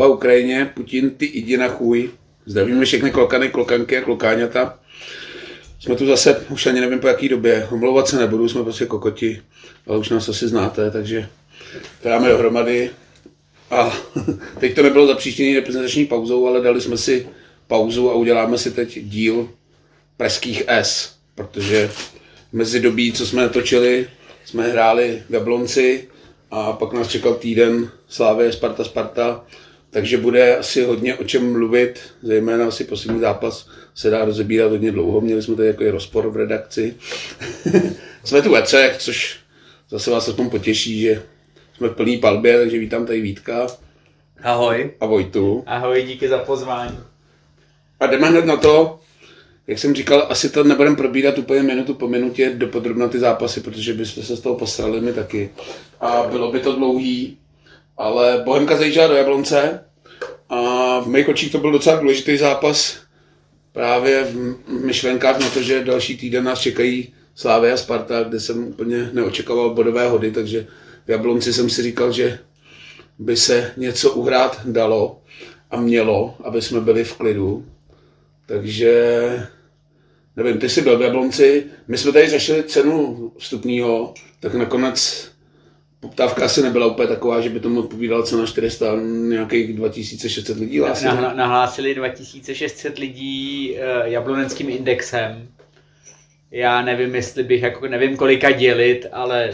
Sláva Ukrajině, Putin, ty jdi na chůj. Zdravíme všechny klokany, klokanky a klokáňata. Jsme tu zase, už ani nevím po jaký době, omlouvat se nebudu, jsme prostě kokoti, ale už nás asi znáte, takže to dáme dohromady. A teď to nebylo zapříštěný reprezentační pauzou, ale dali jsme si pauzu a uděláme si teď díl Pražských S, protože mezi dobí, co jsme natočili, jsme hráli v Jablonci a pak nás čekal týden Slávie Sparta, takže bude asi hodně o čem mluvit, zejména asi poslední zápas se dá rozebírat hodně dlouho, měli jsme tady jako rozpor v redakci. Jsme tu ve třech, což zase vás aspoň potěší, že jsme v plný palbě, takže vítám tady Vítka. Ahoj. A Vojtu. Ahoj, díky za pozvání. A jdeme hned na to, jak jsem říkal, asi to nebudeme probírat úplně minutu po minutě dopodrobna ty zápasy, protože byste se z toho posrali my taky. A bylo by to dlouhý, ale Bohemka zajížděla do Jablonce a v mých očích to byl docela důležitý zápas právě v myšlenkách na to, že další týden nás čekají Slavia a Sparta, kde jsem úplně neočekával bodové hody, takže v Jablonci jsem si říkal, že by se něco uhrát dalo a mělo, aby jsme byli v klidu. Takže, nevím, ty jsi byl v Jablonci, my jsme tady řešili cenu vstupního, tak nakonec poptávka asi nebyla úplně taková, že by tomu odpovídala cena 400, nějakých 2600 lidí. Nahlásili 2600 lidí jabloneckým indexem. Já nevím, jestli bych, jako nevím kolika dělit, ale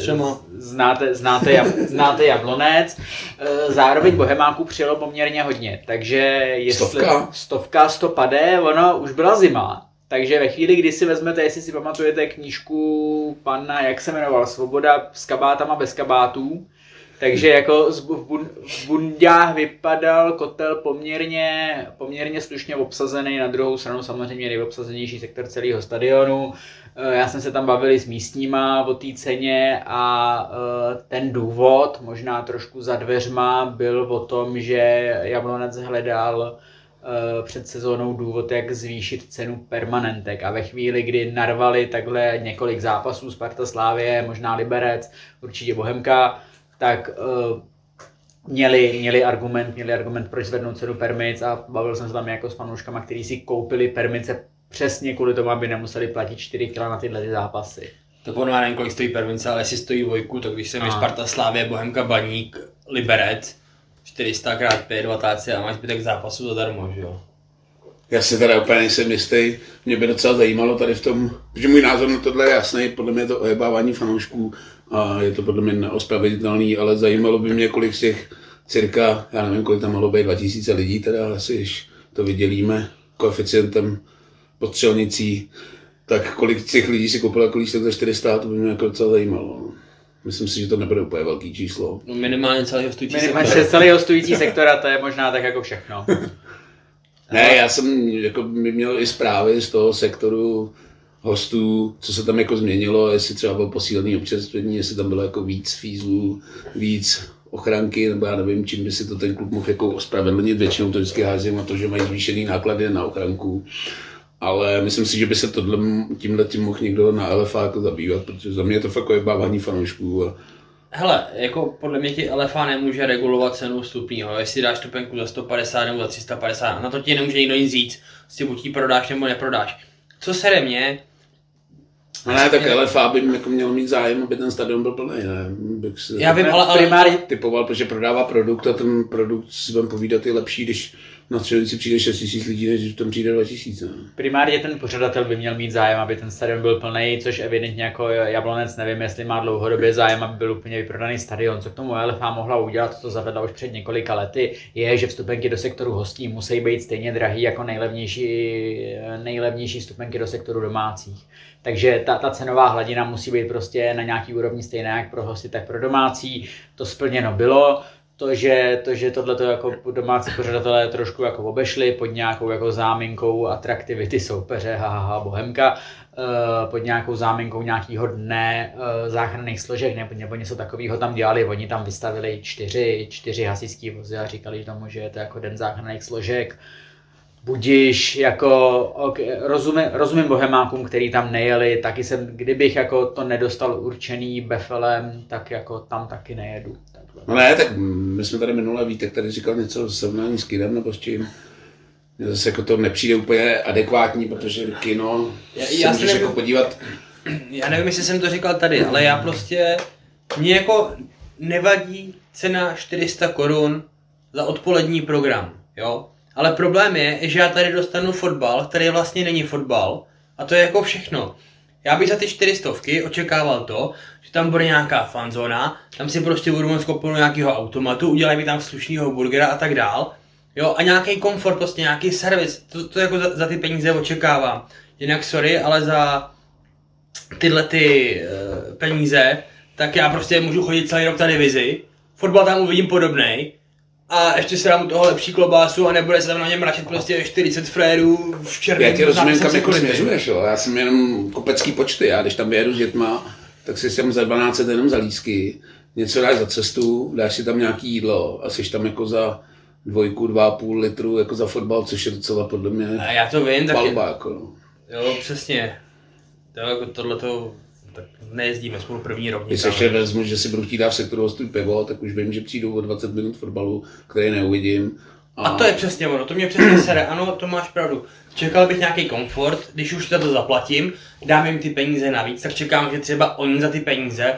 znáte Jablonec. Zároveň Bohemáků přijelo poměrně hodně, takže jestli stovka 100 pade, ono už byla zima. Takže ve chvíli, kdy si vezmete, jestli si pamatujete knížku pana, jak se jmenoval, Svoboda s kabátama bez kabátů, takže jako v bundách vypadal kotel poměrně slušně obsazený, na druhou stranu samozřejmě nejobsazenější sektor celého stadionu. Já jsem se tam bavil s místníma o té ceně a ten důvod, možná trošku za dveřma, byl o tom, že Jablonec hledal před sezónou důvod, jak zvýšit cenu permanentek a ve chvíli, kdy narvali takhle několik zápasů, Sparta, Slavie, možná Liberec, určitě Bohemka, tak měli argument, proč zvednout cenu permic a bavil jsem se tam jako s fanouškama, kteří si koupili permice přesně kvůli tomu, aby nemuseli platit 4 kg na tyhle ty zápasy. To ono nevím, kolik stojí permice, ale jestli stojí dvojku, tak když se mi Sparta, Slavie, Bohemka, Baník, Liberec, 400x5 vatáci a máš zbytek zápasu zadarmo, že jo? Já si teda úplně nejsem jistý, mě by docela zajímalo tady v tom, že můj názor na tohle je jasný, podle mě je to ojebávání fanoušků a je to podle mě neospravedlitelný, ale zajímalo by mě, kolik z těch cirka, já nevím, kolik tam mohlo být 2000 lidí, teda asi, když to vydělíme koeficientem podstřelnicí, tak kolik těch lidí si koupilo jako lístek za 400, to by mě jako docela zajímalo. Myslím si, že to nebude úplně velký číslo. No minimálně celý hostující sektor a to je možná tak jako všechno. Ne, já jsem jako měl i zprávy z toho sektoru hostů, co se tam jako změnilo, jestli třeba bylo posílený občerstvení, jestli tam bylo jako víc fízlů, víc ochranky, nebo já nevím, čím by si to ten klub mohl jako ospravedlnit, většinou to vždycky házím na to, že mají zvýšený náklady na ochranku. Ale myslím si, že by se tímhletím mohl někdo na LFA jako zabývat, protože za mě je to fakt ojebávání fanoušků. Hele, jako podle mě ti LFA nemůže regulovat cenu vstupního, jestli dáš stupenku za 150 nebo za 350, na to ti nemůže nikdo nic říct, si buď ji prodáš nebo neprodáš. Co sere mě? No ne, tak LFA by jako měl mít zájem, aby ten stadion byl plný, ne? Bych si já vím, ale primárně typoval, protože prodává produkt a ten produkt si vám povídat je lepší, když na střelici přijde 6000 lidí, než tam přijde 2000. Primárně ten pořadatel by měl mít zájem, aby ten stadion byl plný, což evidentně jako Jablonec nevím, jestli má dlouhodobě zájem, aby byl úplně vyprodaný stadion. Co k tomu LFA mohla udělat, to zavedla už před několika lety, je, že vstupenky do sektoru hostí musí být stejně drahý jako nejlevnější vstupenky do sektoru domácích. Takže ta cenová hladina musí být prostě na nějaký úrovni stejná jak pro hosty, tak pro domácí. To splněno bylo. To, že tohleto jako domácí pořadatelé trošku jako obešli pod nějakou jako záminkou atraktivity soupeře, Bohemka, pod nějakou záminkou nějakého dne záchranných složek nebo něco takového tam dělali. Oni tam vystavili 4 hasičský vozy a říkali tomu, že je to jako den záchranných složek. Budiš, jako, okay, rozumím Bohemákům, který tam nejeli, taky kdybych jako to nedostal určený befelem, tak jako tam taky nejedu. No ne, tak my jsme tady minule, Vítek tady říkal něco o srovnání s kinem nebo s čím. Mně zase jako to nepřijde úplně adekvátní, protože kino se můžeš jako podívat. Já nevím, jestli jsem to říkal tady, ale já prostě, mě jako nevadí cena 400 korun za odpolední program, jo. Ale problém je, že já tady dostanu fotbal, který vlastně není fotbal, a to je jako všechno. Já bych za ty 400 očekával to, že tam bude nějaká fanzóna, tam si prostě budu moct koupit nějakého automatu, udělají mi tam slušnýho burgera a tak dál. Jo, a nějaký komfort, prostě nějaký servis, to jako za ty peníze očekávám. Jinak sorry, ale za tyhle ty peníze, tak já prostě můžu chodit celý rok na divizi, fotbal tam uvidím podobnej, a ještě se dám u toho lepší klobásu a nebude se tam na něm mračit prostě 40 frérů v černém. Já ti rozumím, kam jako směřuješ, jo. Já jsem jenom kupecký počty, já když tam vyjedu s dětma, tak si tam za 12 jenom za lístky, něco dáš za cestu, dáš si tam nějaký jídlo a jsi tam jako za 2,5 litru jako za fotbal, což je docela podle mě a já to vím, palba, jako no. Jo, přesně. To jako tohleto, tak nejezdíme spolu první rok. Když ještě vezmu, že si budu chtít dát v sektoru hostů pivo, tak už vím, že přijdou o 20 minut fotbalu, který neuvidím. A to je přesně ono, to mě přesně sere, ano, to máš pravdu. Čekal bych nějaký komfort, když už to zaplatím, dám jim ty peníze navíc, tak čekám, že třeba oni za ty peníze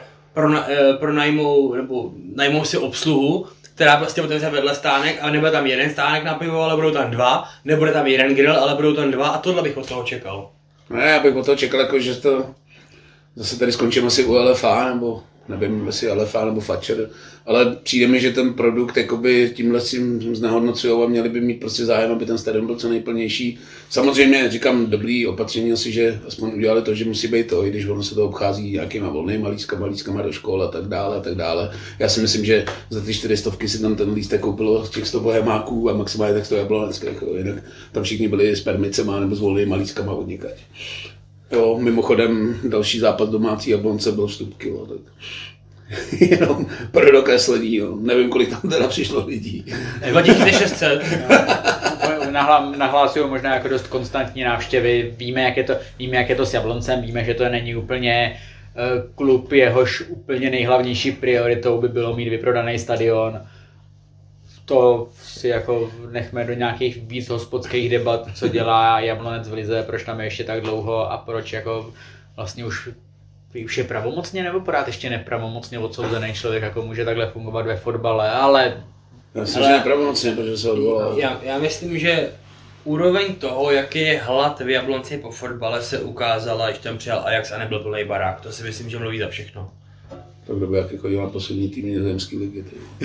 najmou si obsluhu, která prostě otevře vedle stánek a nebude tam jeden stánek na pivo, ale budou tam dva, nebude tam jeden grill, ale budou tam dva a tohle bych od toho čekal. No já bych od toho čekal, jako, že to zase tady skončím asi u LFA, nebo nevím, jestli LFA nebo Fatcher, ale přijde mi, že ten produkt jakoby tímhle tím znehodnocujou a měli by mít prostě zájem, aby ten stadion byl co nejplnější. Samozřejmě říkám dobrý opatření asi, že aspoň udělali to, že musí být to, i když ono se to obchází nějakýma volnýma lístkama do škol a tak dále a tak dále. Já si myslím, že za ty 400 si tam ten lístek koupilo z těch 100 bohemáků a maximálně tak 100 jabloneckých, jinak tam všichni byli s permicema nebo s volnýma lístkama odnikať. Jo, mimochodem další zápas domácí Jablonce byl vstup kilo, tak jenom pro dokreslení, jo. Nevím, kolik tam teda přišlo lidí. Nevadí, 600. Nahlásují možná jako dost konstantní návštěvy, víme, jak je to s Jabloncem, víme, že to není úplně klub, jehož úplně nejhlavnější prioritou by bylo mít vyprodaný stadion. To si jako nechme do nějakých víc hospodských debat, co dělá Jablonec v lize, proč tam je ještě tak dlouho a proč jako vlastně už je pravomocně nebo pořád ještě nepravomocně odsouzený člověk jako může takhle fungovat ve fotbale, ale... Já myslím, že nepravomocně, protože se odvolal. Já myslím, že úroveň toho, jaký je hlad v Jablonci po fotbale, se ukázala, když tam přijal Ajax a nebyl plný barák. To si myslím, že mluví za všechno. Tak kdo by jaký chodil na poslední tým nizozemské ligy.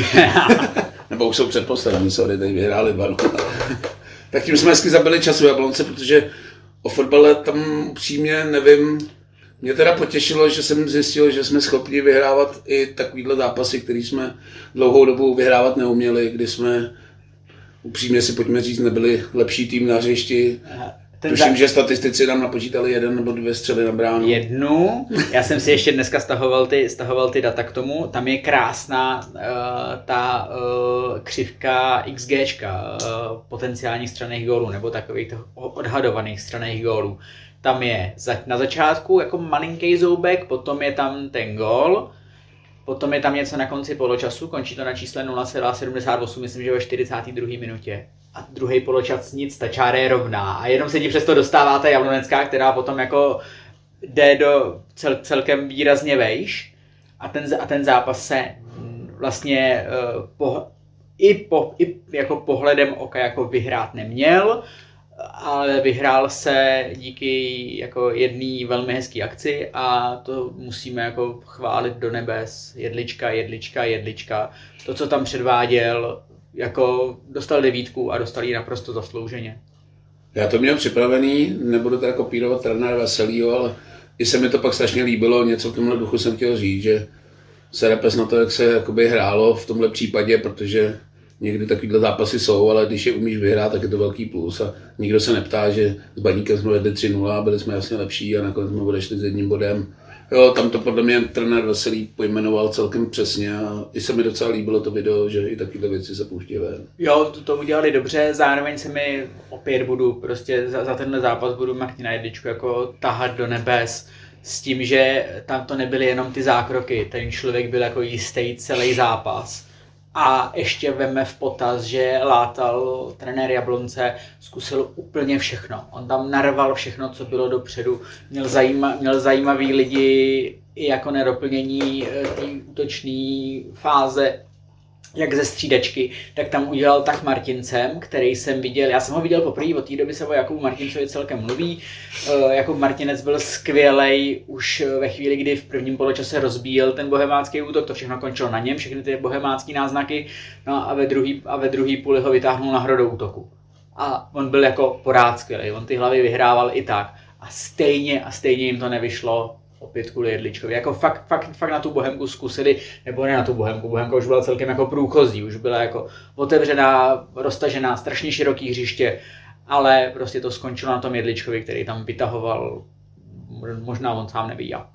Nebo už jsou předposlední, sorry, tady vyhráli 2-0. Tak tím jsme hezky zabili času Jablonce, protože o fotbale tam upřímně nevím. Mě teda potěšilo, že jsem zjistil, že jsme schopni vyhrávat i takovýhle zápasy, které jsme dlouhou dobu vyhrávat neuměli, kdy jsme upřímně si pojďme říct, nebyli lepší tým na hřišti. Tuším, že statistici nám napočítali 1 nebo 2 střely na bránu. 1. Já jsem si ještě dneska stahoval ty data k tomu. Tam je krásná ta křivka XGčka, potenciálních střelných gólů, nebo takových odhadovaných střelných gólů. Tam je na začátku jako malinký zoubek, potom je tam ten gól, potom je tam něco na konci poločasu, končí to na čísle 0,78, myslím, že ve 42. minutě. A druhý poločas nic, ta čára je rovná. A jenom se ti přesto dostává ta Jablonecká, která potom jako jde do celkem výrazně vejš. A ten zápas se vlastně i jako pohledem oka jako vyhrát neměl, ale vyhrál se díky jako jedné velmi hezký akci a to musíme jako chválit do nebes. Jedlička. To, co tam předváděl, jako dostal 9 a dostal ji naprosto zaslouženě. Já to měl připravený, nebudu teda kopírovat trenéra Veselýho, ale i se mi to pak strašně líbilo, něco v tomhle duchu jsem chtěl říct, že se repes na to, jak se jakoby hrálo v tomhle případě, protože někdy takovýhle zápasy jsou, ale když je umíš vyhrát, tak je to velký plus a nikdo se neptá, že s Baníkem jsme vedli 3-0 a byli jsme jasně lepší a nakonec jsme odešli s 1 bodem. Jo, tam to podle mě trenér Veselý pojmenoval celkem přesně a i se mi docela líbilo to video, že i takovéhle věci se pouští ven. Jo, to udělali dobře, zároveň se mi opět budu prostě za tenhle zápas budu Martina Jedličku jako tahat do nebes. s tím, že tam to nebyly jenom ty zákroky, ten člověk byl jako jistý celý zápas. A ještě veme v potaz, že Látal, trenér Jablonce, zkusil úplně všechno. On tam narval všechno, co bylo dopředu. Měl zajímavý lidi i jako nedoplnění té útočné fáze, jak ze střídačky, tak tam udělal tak Martincem, který jsem viděl, já jsem ho viděl poprvé, od té doby se o Jakubu Martincovi celkem mluví. Jakub Martinec byl skvělej už ve chvíli, kdy v prvním poločase rozbíjel ten bohemácký útok, to všechno končilo na něm, všechny ty bohemácký náznaky, no a ve druhý půli ho vytáhnul na hro do útoku. A on byl jako porád skvělej, on ty hlavy vyhrával i tak. A stejně jim to nevyšlo. Opět kvůli Jedličkovi. Jako fakt na tu Bohemku zkusili, nebo ne na tu Bohemku. Bohemka už byla celkem jako průchozí, už byla jako otevřená, roztažená, strašně široký hřiště, ale prostě to skončilo na tom Jedličkovi, který tam vytahoval, možná on sám neví jak.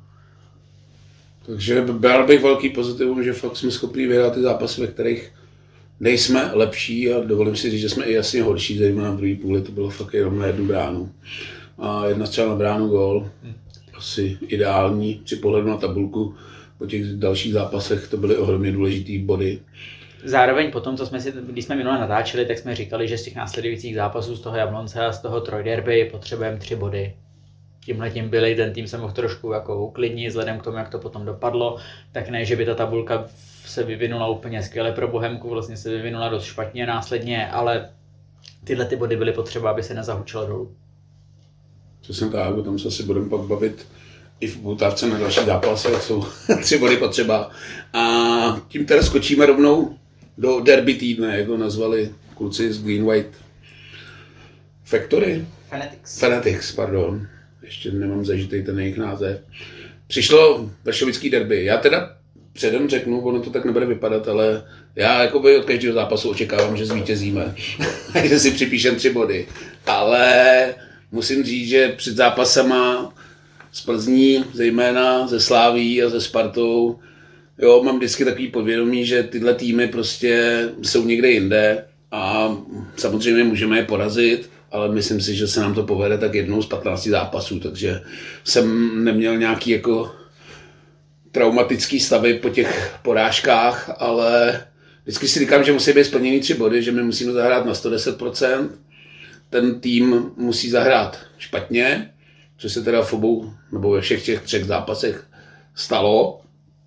Takže bral bych velký pozitivum, že fakt jsme schopni vyhrát ty zápasy, ve kterých nejsme lepší a dovolím si říct, že jsme i jasně horší, zejména v druhé půli, to bylo fakt jenom na jednu bránu. A jedna střela na bránu gól. Asi ideální při pohledu na tabulku. Po těch dalších zápasech to byly ohromně důležitý body. Zároveň potom, když jsme minule natáčeli, tak jsme říkali, že z těch následujících zápasů z toho Jablonce a z toho trojderby potřebujeme 3 body. Tímhletím byli, ten tým se mohl trošku jako uklidnit, vzhledem k tomu, jak to potom dopadlo, tak ne, že by ta tabulka se vyvinula úplně skvěle pro Bohemku, vlastně se vyvinula dost špatně následně, ale tyhle ty body byly potřeba, aby se nezahučilo dolů. Přesně tak, tam se asi budeme pak bavit i v poutávce na další zápasy, jsou 3 body potřeba. A tím teda skočíme rovnou do derby týdne, jak ho nazvali kluci z Green White Factory? Fanatics, pardon. Ještě nemám zažitej ten jejich název. Přišlo vršovický derby. Já teda předem řeknu, ono to tak nebude vypadat, ale já jakoby od každého zápasu očekávám, že zvítězíme. A že si připíšem 3 body. Ale musím říct, že před zápasama z Plzní, zejména ze Sláví a ze Spartou, jo, mám vždycky takový podvědomí, že tyhle týmy prostě jsou někde jinde a samozřejmě můžeme je porazit, ale myslím si, že se nám to povede tak jednou z 15 zápasů, takže jsem neměl nějaký jako traumatický stavy po těch porážkách, ale vždycky si říkám, že musí být splněný 3 body, že my musíme zahrát na 110%, ten tým musí zahrát špatně, což se teda v obou, nebo ve všech těch 3 zápasech stalo.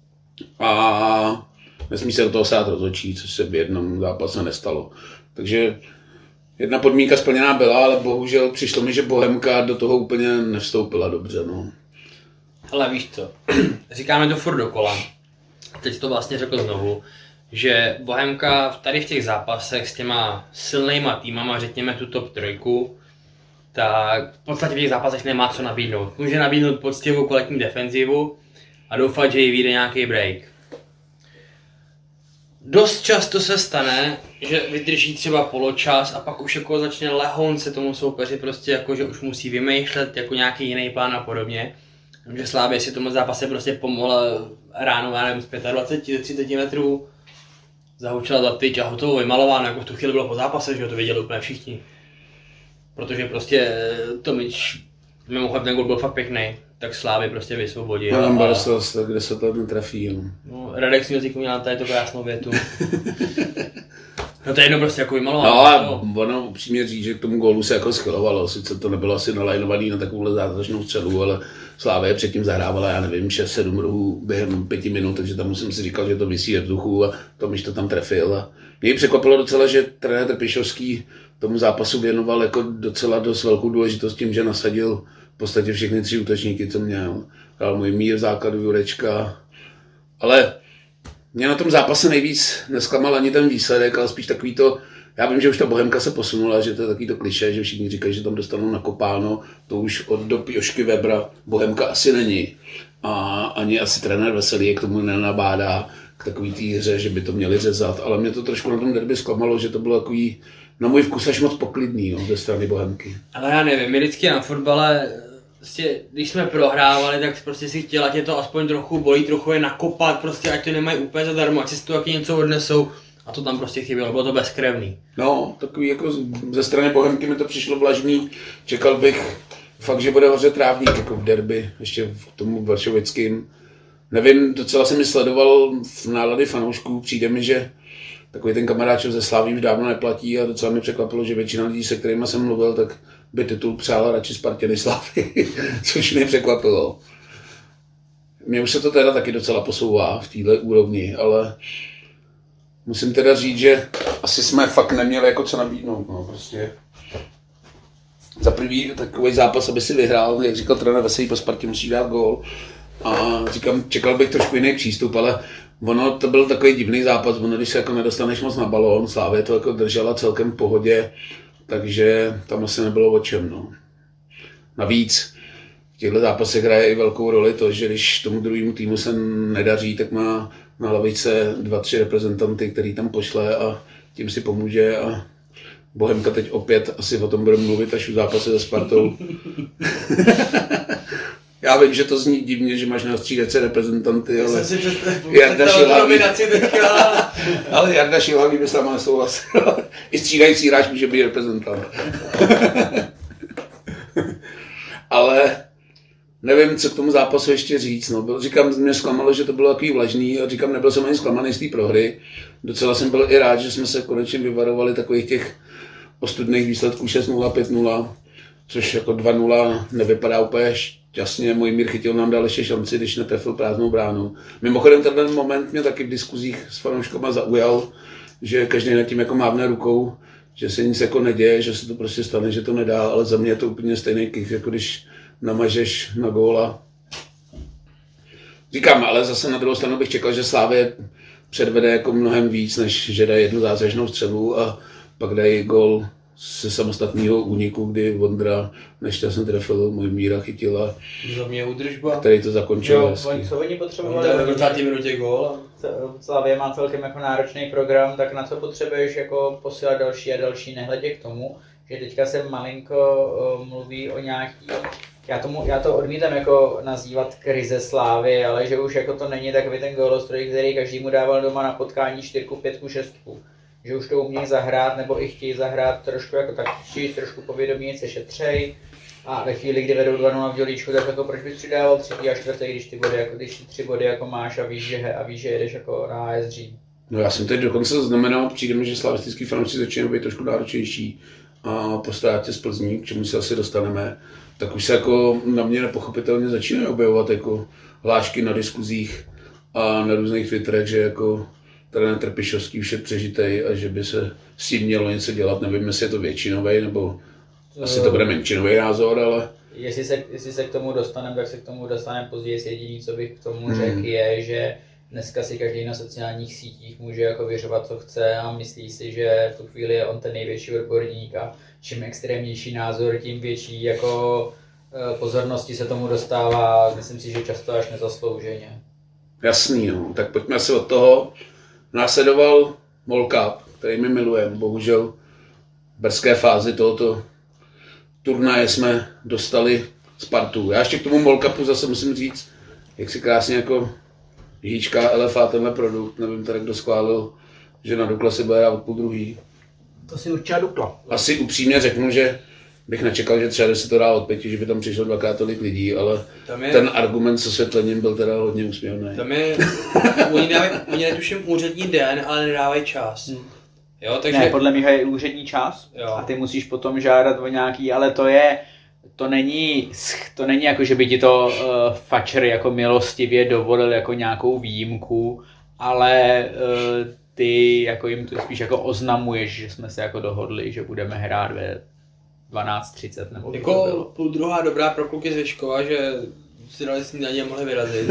A nesmí se do toho sát rozhodčí, což se v jednom zápase nestalo. Takže jedna podmínka splněná byla, ale bohužel přišlo mi, že Bohemka do toho úplně nevstoupila dobře. No. Ale víš co, říkáme to furt dokola. Teď to vlastně řekl znovu, že Bohemka tady v těch zápasech s těma silnýma týmama, řekněme tu top 3, tak v podstatě v těch zápasech nemá co nabídnout. Může nabídnout poctivou kvalitní defenzivu a doufat, že jí vyjde nějaký break. Dost často se stane, že vydrží třeba poločas a pak už jako začne lehon se tomu soupeři prostě jako, že už musí vymýšlet jako nějaký jiný plán a podobně. Že Slávě si tomu zápase prostě pomohla ráno, já nevím, z 25-30 metrů, zahučila za tyč a hotovo vymalováno, jako v tu chvíli bylo po zápase, že to viděli úplně všichni. Protože prostě Tomič, mimochodem ten gol byl fakt pěkný, tak Slávy prostě vysvobodil. No, Barsos, kde se to netrafí. No, Radek Smělzík měl tady to krásnou větu. No to je jedno prostě jako vymalováno. No a ono upřímně říct, že k tomu gólu se jako schylovalo, sice to nebylo asi nalajnovaný na takovouhle zázračnou střelu, ale Slávě předtím zahrávala, já nevím, 6-7 rohů během 5 minut, takže tam jsem si říkal, že to visí ve vzduchu a Tomič to tam trefil. A mě překvapilo docela, že trenér Trpišovský tomu zápasu věnoval jako docela dost velkou důležitost tím, že nasadil v podstatě všechny 3 útočníky, co měl. Dal můj Mír v základu, Jurečka, ale mě na tom zápase nejvíc nesklamal ani ten výsledek, ale spíš takový to, já vím, že už ta Bohemka se posunula, že to je takový to klišé, že všichni říkají, že tam dostanou nakopáno, to už od dob Jošky Webra Bohemka asi není. A ani asi trenér Veselý k tomu nenabádá k takový té hře, že by to měli řezat, ale mě to trošku na tom derby zklamalo, že to bylo takový, na můj vkus až moc poklidný, jo, ze strany Bohemky. Ale já nevím, my vždycky na fotbale, prostě, když jsme prohrávali, tak prostě si chtěla tě to aspoň trochu bolí, trochu je nakopat, prostě ať to nemají úplně zadarmo, ať si z toho taky něco odnesou. A to tam prostě chybělo, bylo to bezkrevný. No, takový jako ze strany Bohemky mi to přišlo vlažný. Čekal bych, fakt, že bude hořet trávník jako v derby, ještě v tomu Vršovickým. Nevím, docela jsem mi sledoval v nálady fanoušků, přijde mi, že takový ten kamaráčov ze Slaví už dávno neplatí a docela mi překvapilo, že většina lidí, se kterými jsem mluvil, tak by titul přála radši Spartě než Slavii, což mě překvapilo. Mně už se to teda taky docela posouvá v téhle úrovni, ale musím teda říct, že asi jsme fakt neměli jako co nabídnout, no, prostě. Za prvý takový zápas, aby si vyhrál, jak říkal trenér Veselý, po Spartě musí dát gól. A říkám, čekal bych trošku jiný přístup, ale ono to byl takový divný zápas, ono když se jako nedostaneš moc na balón, Slávě to jako držela celkem v pohodě, takže tam asi nebylo o čem, no. Navíc v těchto zápasech hraje i velkou roli to, že když tomu druhému týmu se nedaří, tak má na lavice 2-3 reprezentanty, který tam pošle a tím si pomůže a Bohemka teď opět asi o tom bude mluvit až v zápase se Spartou. Já vím, že to zní divně, že máš na střídace reprezentanty, ale Jarda Šilhavý, ale Jarda Šilhavý by s náma nesouhlasil. I střídající hráč může být reprezentant. Ale nevím, co k tomu zápasu ještě říct. No. Říkám, mě zklamalo, že to bylo takový vlažný a říkám, nebyl jsem ani zklamaný z té prohry. Docela jsem byl i rád, že jsme se konečně vyvarovali takových těch ostudných výsledků 6-0, 5-0, což jako 2-0 nevypadá úplně šťastně. Mojmír Chytil nám dal ještě šanci, když netrefil prázdnou bránu. Mimochodem tenhle moment mě taky v diskuzích s fanouškama zaujal, že každý nad tím jako mávne rukou, že se nic jako neděje, že se to prostě stane, že to nedá, ale za mě je to úplně stejný kick, jako když namažeš na góla. Říkám, ale zase na druhou stranu bych čekal, že Slavie předvede jako mnohem víc, než že dají jednu zázračnou střelu a pak dají gól ze samostatného úniku, kdy Vondra nešťastně trefil Mojmíra Chytila. Za mě údržba. Který to zakončil. Co oni potřebovali? V 20. minutě gól. Slavie má celkem jako náročný program, tak na co potřebuješ jako posílat další a další, nehledě k tomu, že teďka se malinko mluví o nějaký, já to odmítám jako nazývat krize Slávy, ale že už jako to není takový ten gólostroj, který každému dával doma na potkání 4, 5, 6. Že už to umějí zahrát, nebo i chtějí zahrát trošku jako taktičtěji, trošku povědoměji se šetřej. A ve chvíli, kdy vedou 2-0 v dělíčku, tak jako proč bys přidával 3. a 4., když ty 3 body jako máš a víš, že jedeš jako na ASG. No já jsem teď dokonce zaznamenal, přijde mi, že slavistický fanoušci začínají být trošku náročnější a po ztrátě z Plzní, k čemu se asi dostaneme, tak už se jako na mě nepochopitelně začínají objevovat jako hlášky na diskuzích a na různých twitterech, že jako trenér Trpišovský už je přežitej a že by se s tím mělo něco dělat. Nevím, jestli je to většinový nebo asi to bude menšinový názor, ale... Jestli se k tomu dostaneme, tak se k tomu dostaneme později. Jediný, co bych k tomu řekl, je, že dneska si každý na sociálních sítích může jako vyřovat, co chce a myslí si, že v tu chvíli je on ten největší odborník a čím extrémnější názor, tím větší jako pozornosti se tomu dostává. Myslím si, že často až nezaslouženě. Jasný, no. Tak pojďme asi od toho. Následoval MOL Cup, který my milujeme. Bohužel v brzké fázi tohoto turnaje jsme dostali Spartu. Já ještě k tomu MOL Cupu zase musím říct, jak si krásně jako hýčka LFA tenhle produkt, nevím tady kdo schválil, že na Dukle si bude hrát od půl druhý. To si určitě Dukla. Asi upřímně řeknu, že bych nečekal, že třeba se to dá od 5, že by tam přišlo 2x tolik lidí, ale ten argument s osvětlením byl teda hodně úsměvný. Tam je, oni netuším úřední den, ale nedávají čas. Jo, takže... Ne, podle mě je úřední čas a ty musíš potom žádat o nějaký, ale to není jako, že by ti to fačer jako milostivě dovolil jako nějakou výjimku, ale ty jako jim to spíš jako oznamuješ, že jsme se jako dohodli, že budeme hrát ve 12:30 nebo jako půl druhá dobrá pro kluky z Vyškova, že si dali snídaně a mohli vyrazit.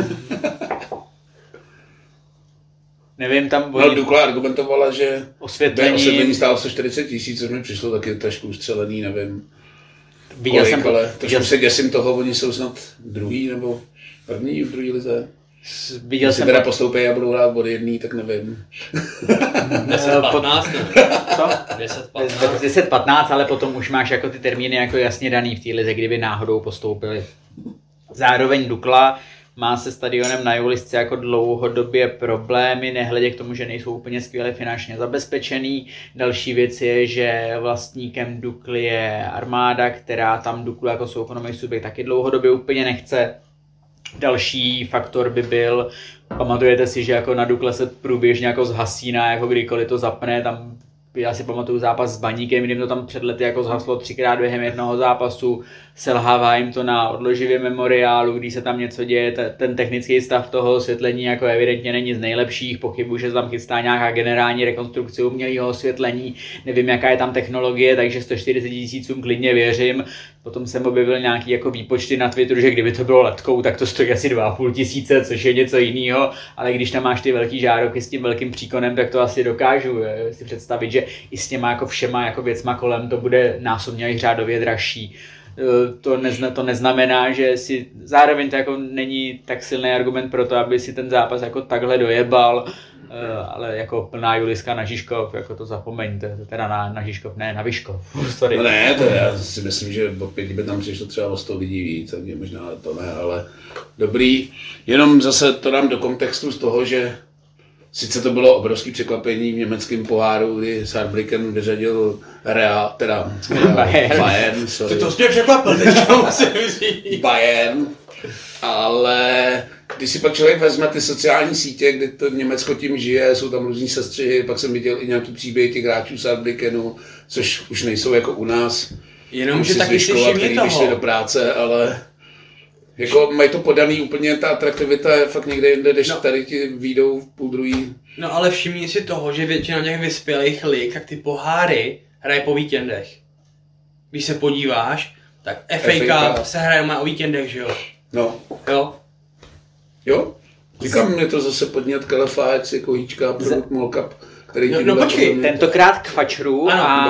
Nevím, tam... No, Dukla argumentovala, že osvětlení stálo 140 000, což mi přišlo taky trošku ustřelený, nevím kolik, ale trošku se děsím toho, oni jsou snad druhý nebo první v druhé lize. Když si teda postoupí a budou hrát od jedný, tak nevím. 10-15. Co? 10-15, ale potom už máš jako ty termíny jako jasně daný v té lize, kdyby náhodou postoupili. Zároveň Dukla má se stadionem na Julisce jako dlouhodobě problémy, nehledě k tomu, že nejsou úplně skvěle finančně zabezpečený. Další věc je, že vlastníkem Dukly je Armáda, která tam Duklu jako soukromý subjekt taky dlouhodobě úplně nechce. Další faktor by byl, pamatujete si, že jako na Dukle se průběžně jako zhasíná, jako kdykoliv to zapne, tam já si pamatuju zápas s Baníkem, kdy to tam před lety jako zhaslo 3krát během jednoho zápasu, selhává jim to na odloživě memoriálu, když se tam něco děje, ten technický stav toho osvětlení jako evidentně není z nejlepších, pochybuji, že se tam chystá nějaká generální rekonstrukce umělého osvětlení, nevím jaká je tam technologie, takže 140 000 klidně věřím. Potom jsem objevil nějaký jako výpočty na Twitteru, že kdyby to bylo letkou, tak to stojí asi 2 500, což je něco jiného, ale když tam máš ty velký žárovky s tím velkým příkonem, tak to asi dokážu si představit, že i s těma jako všema jako věcma kolem to bude násobně řádově dražší. To neznamená, že si zároveň to jako není tak silný argument pro to, aby si ten zápas jako takhle dojebal, ale jako plná Juliska na Žižkov, jako to zapomeňte, teda na Žižkov, ne, na Vyškov, sorry. No ne, to já si myslím, že opět by tam přišlo třeba o 100 lidí víc, takže možná to ne, ale dobrý. Jenom zase to dám do kontextu z toho, že sice to bylo obrovský překvapení v německém poháru, kdy Saarbrücken vyřadil Bayern, sorry. To mě překvapil, teďka musím říct. Bayern, ale když si pak člověk vezme ty sociální sítě, kde to Německo tím žije, jsou tam různý sestřihy, pak jsem viděl i nějaký příběhy těch hráčů Saarbrückenu, což už nejsou jako u nás. Jenom, že taky si všimni toho. Vyšli do práce, ale jako mají to podaný úplně, ta atraktivita je fakt někde jinde, když tady ti výjdou v půl druhý. No ale všimni si toho, že většina těch vyspělých lig, tak ty poháry hraje po víkendech. Když se podíváš, tak FA Cup se hraje o víkendech, že jo? No. Jo? Říkám, mě to zase podnět Kalefáec, jako hýčka, produkt Mall Cup, který no počkej, tentokrát k Fačru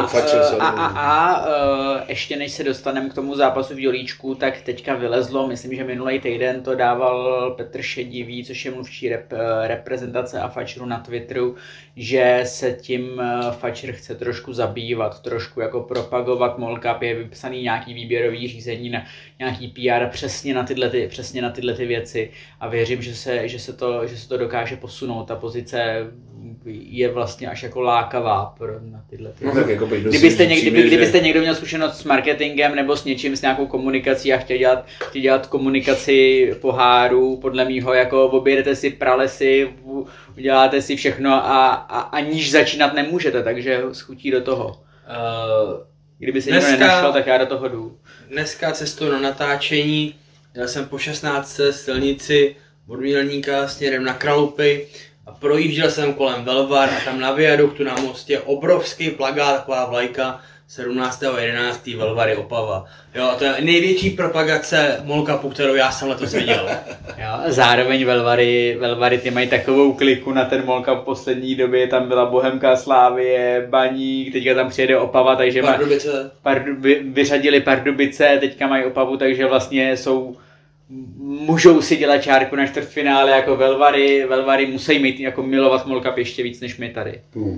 a ještě než se dostaneme k tomu zápasu v Jolíčku, tak teďka vylezlo, myslím, že minulý týden to dával Petr Šedivý, což je mluvčí reprezentace a Fačru na Twitteru, že se tím Fačr chce trošku zabývat, trošku jako propagovat Mall Cup, je vypsaný nějaký výběrový řízení na nějaký PR přesně na tyhle věci a věřím, že se to dokáže posunout, ta pozice je vlastně až jako lákavá na tyhle ty. No, tak jako kdybyste někdo měl zkušenost s marketingem nebo s něčím, s nějakou komunikací a chtěl dělat komunikaci poháru, podle mýho jako objedete si pralesy, uděláte si všechno a aniž začínat nemůžete, takže schutí do toho. Kdyby se někdo nenašel, tak já do toho jdu. Dneska cestou na natáčení, jel jsem po 16. silnici od Mělníka směrem na Kralupy a projížděl jsem kolem Velvar a tam na viaduktu na mostě obrovský plakát, taková vlajka 17.11. Velvary Opava. Jo, a to je největší propagace Mall Cupu, kterou já jsem letos viděl. Jo, zároveň Velvary ty mají takovou kliku na ten Mall Cup v poslední době, tam byla Bohemka, Slávie, Baník, teďka tam přijede Opava, takže vyřadili Pardubice, teďka mají Opavu, takže vlastně můžou si dělat čárku na čtvrtfinále jako Velvary musí mít jako milovat Mall Cup ještě víc než my tady.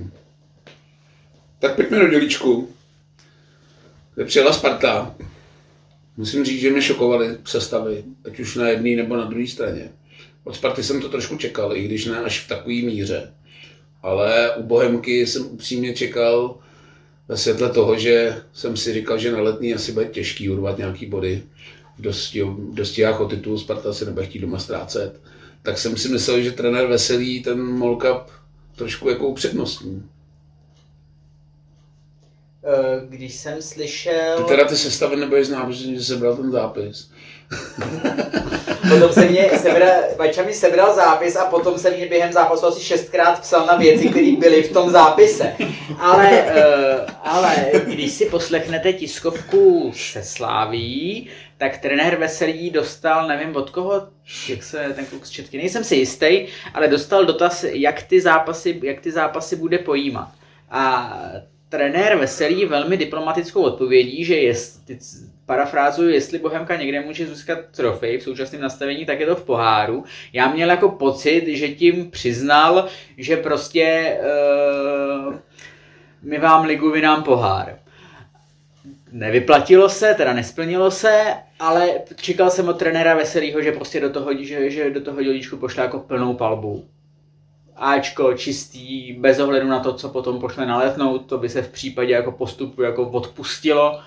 Tak pojďme do Dělíčku, kde přijela Sparta. Musím říct, že mě šokovaly sestavy, ať už na jedné nebo na druhé straně. Od Sparty jsem to trošku čekal, i když ne až v takové míře. Ale u Bohemky jsem upřímně čekal ve světle toho, že jsem si říkal, že na Letný asi bude těžký urvat nějaký body. V dostihách o titul Sparta se nebude chtít doma ztrácet. Tak jsem si myslel, že trenér Veselý ten Mall Cup trošku jako upřednostní. Když jsem slyšel... Ty teda ty sestavy nebudeš znát, protože jsi sebral ten zápis. Potom Vača mi sebral zápis a potom se mě během zápasu asi 6krát psal na věci, které byly v tom zápise. Ale když si poslechnete tiskovku se Sláví, tak trenér Veselý dostal, nevím od koho, jak se ten kluk z Četky, nejsem si jistý, ale dostal dotaz, jak ty zápasy bude pojímat. A trenér Veselý velmi diplomatickou odpovědí, že parafrázuju, jestli Bohemka někde může získat trofej v současném nastavení, tak je to v poháru. Já měl jako pocit, že tím přiznal, že prostě my vám ligu, vy nám pohár. nevyplatilo se, teda nesplnilo se, ale čekal jsem od trenéra Veselýho, že prostě že do toho dělíčku pošle jako plnou palbu. Ačko čistý, bez ohledu na to, co potom pošle na Letnou, to by se v případě jako postupu jako odpustilo,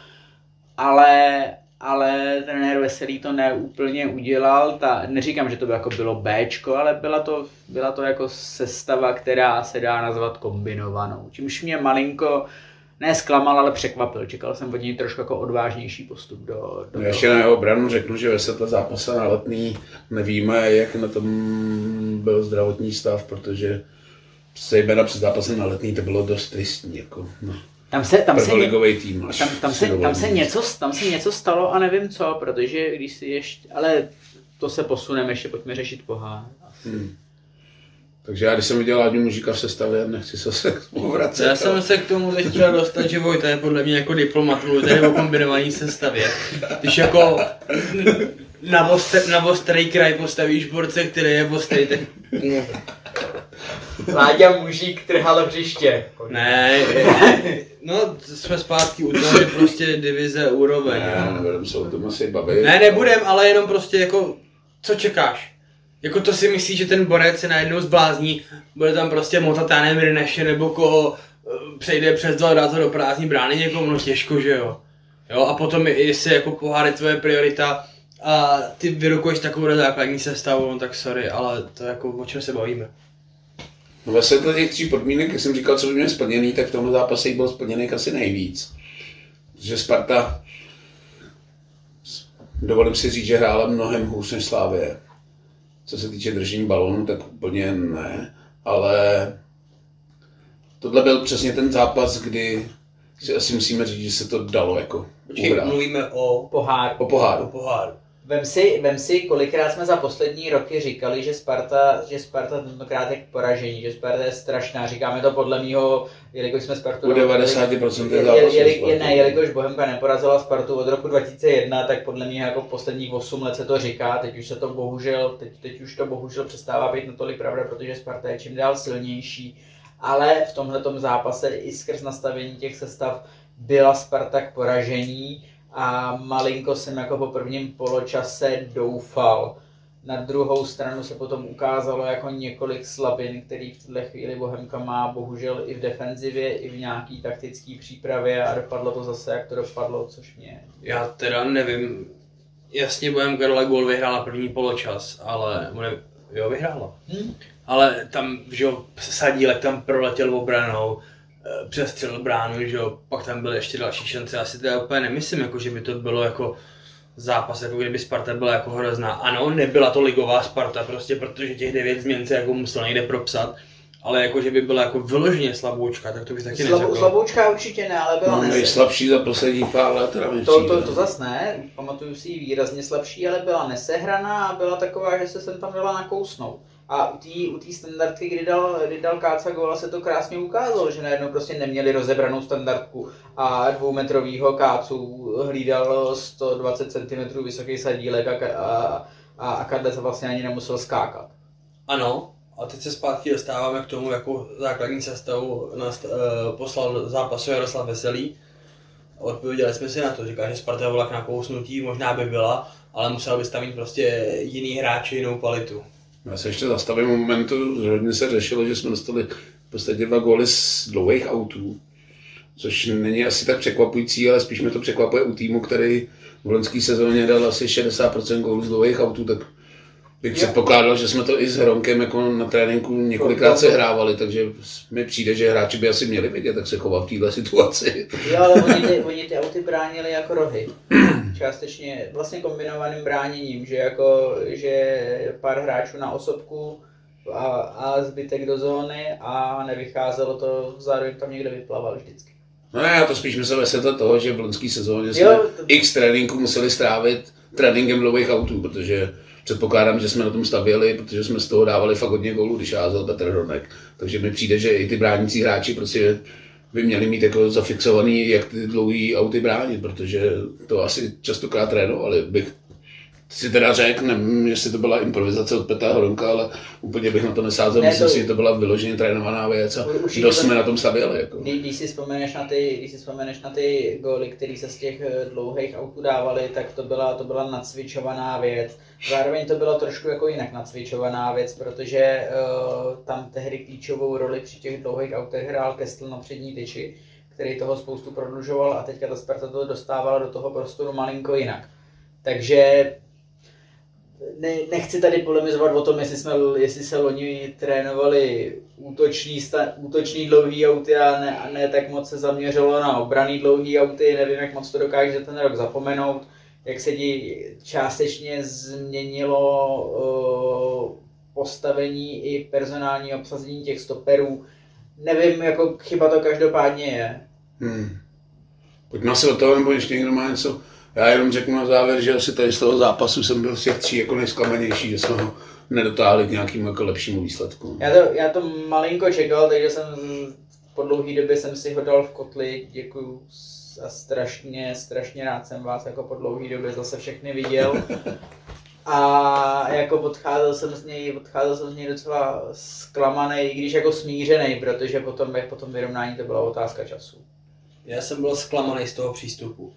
ale trenér Veselý to neúplně udělal, neříkám, že to by jako bylo Bčko, ale byla to jako sestava, která se dá nazvat kombinovanou, čímž mě malinko ne zklamal, ale překvapil. Čekal jsem od něj trošku jako odvážnější postup do ještě na jeho obranu řeknu, že ve světle zápase na Letný nevíme, jak na tom byl zdravotní stav, protože zejména před zápasem na Letný to bylo dost tristní. Jako, no. Prvoligový tým. Tam se něco stalo a nevím co, protože když si ještě, ale to se posuneme, ještě pojďme řešit pohár. Takže já když jsem viděl Láďu Mužíka v sestavě, nechci se vracet. Já jsem se k tomu teď chtěl dostat, že Vojta je podle mě jako diplomat, mluvíte o kombinované sestavě. Když jako na ostrý kraj postavíš borce, který je ostrý, tak... Láďa Mužík trhal břiště. Ne, no jsme zpátky u toho, že prostě divize úroveň. Ne, nebudem se o tom asi bavit. Ne, nebudem, ale jenom prostě jako, co čekáš? Jako to si myslíš, že ten borec se najednou zblázní, bude tam prostě motat, já nevím, Ryneše nebo koho přejde přes 2, dá to do prázdní brány někomu, no těžko, že jo. Jo, a potom jestli jako pohár je tvoje priorita a ty vyrukuješ takovou základní sestavu, no tak sorry, ale to jako o čem se bavíme. No ve světle těch 3 podmínek, jak jsem říkal, co by měl splněný, tak v tomhle zápase byl splněný asi nejvíc. Protože Sparta, dovolím si říct, že hrála mnohem hůř než Slavie. Co se týče držení balónu, tak úplně ne, ale tohle byl přesně ten zápas, kdy si asi musíme říct, že se to dalo jako uhrát. Mluvíme o poháru. O poháru. O poháru. Vem si, kolikrát jsme za poslední roky říkali, že Sparta tentokrát je k poražení, že Sparta je strašná. Říkáme to podle mýho, jelikož jsme Spartu... U 90% zápasů. Jelikož Bohemka neporazila Spartu od roku 2001, tak podle mě jako posledních 8 let se to říká. Teď už to bohužel přestává být natolik pravda, protože Sparta je čím dál silnější. Ale v tomhletom zápase i skrz nastavení těch sestav byla Sparta k poražení. A malinko jsem jako po prvním poločase doufal. Na druhou stranu se potom ukázalo jako několik slabin, který v tuhle chvíli Bohemka má bohužel i v defenzivě, i v nějaký taktický přípravě a dopadlo to zase, jak to dopadlo, což mě... Já teda nevím, jasně Bohemka dala gól, vyhrála první poločas, ale jo, vyhrála. Ale tam, že jo, Sadílek tam proletěl obranou, přestřelil bránu, že jo, pak tam byly ještě další šance, asi teda úplně nemyslím, jako, že by to bylo jako zápas, jako kdyby Sparta byla jako hrozná. Ano, nebyla to ligová Sparta, prostě protože těch 9 změn se jako musel někde propsat, ale jako, že by byla jako vyloženě slaboučka, tak to bych taky neřekl. Slaboučka určitě ne, ale byla nejslabší za poslední pár let. To zas ne, pamatuju si ji výrazně slabší, ale byla nesehraná a byla taková, že se sem tam dala nakousnout. A u té standardky, kdy dal Káca góla, se to krásně ukázalo, že najednou prostě neměli rozebranou standardku a 2metrovýho Kácu hlídal 120 cm vysoký Sadílek a Kadlec vlastně ani nemusel skákat. Ano, a teď se zpátky dostáváme k tomu, jako základní sestavu nás poslal zápasu Jaroslav Veselý. Odpověděli jsme si na to, říká, že Sparta byla k nakousnutí, možná by byla, ale musel by tam mít prostě jiný hráči, jinou kvalitu. Já se ještě zastavím momentu, že hodně se řešilo, že jsme dostali v podstatě 2 góly z dlouhých autů, což není asi tak překvapující, ale spíš mě to překvapuje u týmu, který v loňské sezóně dal asi 60% gólů z dlouhých autů, tak bych předpokládal, že jsme to i s Hronkem jako na tréninku několikrát se hrávali, takže mi přijde, že hráči by asi měli vědět, jak se chovat v této situaci. Jo, ale oni ty auty bránili jako rohy. Částečně vlastně kombinovaným bráněním, že pár hráčů na osobku a zbytek do zóny a nevycházelo to, zároveň tam někde vyplaval vždycky. No já to spíš myslel ve světle toho, že v loňské sezóně jsme x tréninku museli strávit tréninkem dlouhých autů, protože předpokládám, že jsme na tom stavěli, protože jsme z toho dávali fakt hodně gólů, když házel Petr Hronek. Takže mi přijde, že i ty bránící hráči prostě by měli mít jako zafixovaný, jak ty dlouhý auty bránit, protože to asi častokrát trénovali, bych si teda řekl, nevím, jestli to byla improvizace od Petra Horonka, ale úplně bych na to nesázel. Myslím si, že to byla vyloženě trénovaná věc a dost jsme na tom stavěli. Jako. Když si vzpomeneš na ty góly, které se z těch dlouhých autů dávaly, tak to byla nacvičovaná věc. Zároveň to byla trošku jako jinak nacvičovaná věc, protože tam tehdy klíčovou roli při těch dlouhých autech hrál Kestl na přední tyči, který toho spoustu prodlužoval a teďka ta Sparta to dostávala do toho prostoru malinko jinak. Takže nechci tady polemizovat o tom, jestli se loni trénovali útočný dlouhý auty a ne tak moc se zaměřilo na obranný dlouhý auty, nevím, jak moc to dokáže ten rok zapomenout, jak se částečně změnilo postavení i personální obsazení těch stoperů. Nevím, jako chyba to každopádně je. Pojďme se do toho, nebo ještě někdo má něco. Já jenom řeknu na závěr, že asi tady z toho zápasu jsem byl z těch 3 jako nejzklamanější, že jsme ho nedotáhli k nějakému jako lepšímu výsledku. Já to malinko čekal, takže jsem po dlouhé době jsem si ho dal v kotli, děkuju a strašně rád jsem vás jako po dlouhé době zase všechny viděl. A jako odcházel jsem z něj docela zklamaný, i když jako smířený, protože po tom vyrovnání to byla otázka času. Já jsem byl zklamaný z toho přístupu.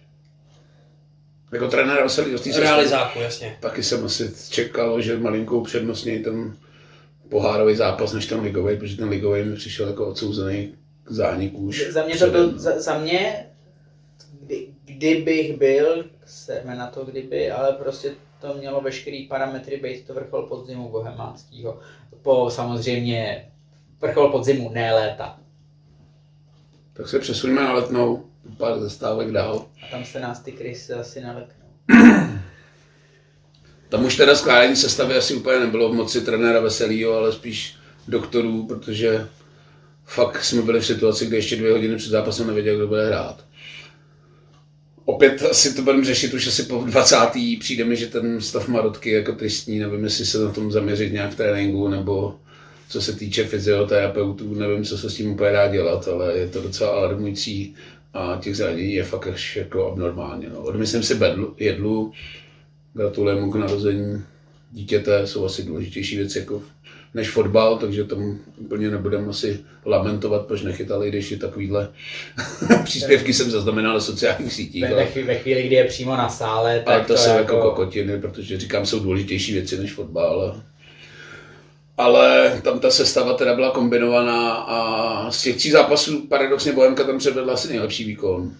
Jako trenér Veselý realizáku, jasně. Taky jsem asi čekal, že malinkou přednostněji ten pohárový zápas než ten ligový, protože ten ligový mi přišel jako odsouzený k zániku už. Za mě, kdybych byl, seme na to kdyby, ale prostě to mělo veškerý parametry být to vrchol podzimu bohemánskýho. Samozřejmě vrchol podzimu, ne léta. Tak se přesuneme na Letnou, pár zastávek dál. A tam se nás ty krysy asi naleknou. Tam už teda skládání sestavy asi úplně nebylo v moci trenéra Veselýho, ale spíš doktorů, protože fakt jsme byli v situaci, kde ještě 2 hodiny před zápasem nevěděl, kdo bude hrát. Opět asi to budeme řešit už asi po 20. Přijde mi, že ten stav Marotky je jako tristní, nevím, jestli se na tom zaměřit nějak v tréninku, nebo co se týče fyzioterapeutů, nevím, co se s tím úplně dá dělat, ale je to docela alarmující a těch zranění je fakt až jako abnormálně. No. Odmyslím si Jedlu, gratuluji mu k narození dítěte, jsou asi důležitější věci jako než fotbal, takže tam úplně nebudeme asi lamentovat, proč nechytali, když je takovýhle příspěvky jsem zaznamenal na sociálních sítích. Ve chvíli, kdy je přímo na sále, tak ale to jsou jako kokotiny, protože říkám, jsou důležitější věci než fotbal. Ale tam ta sestava teda byla kombinovaná a z těch 3 zápasů paradoxně Bohemka tam předvedla asi nejlepší výkon.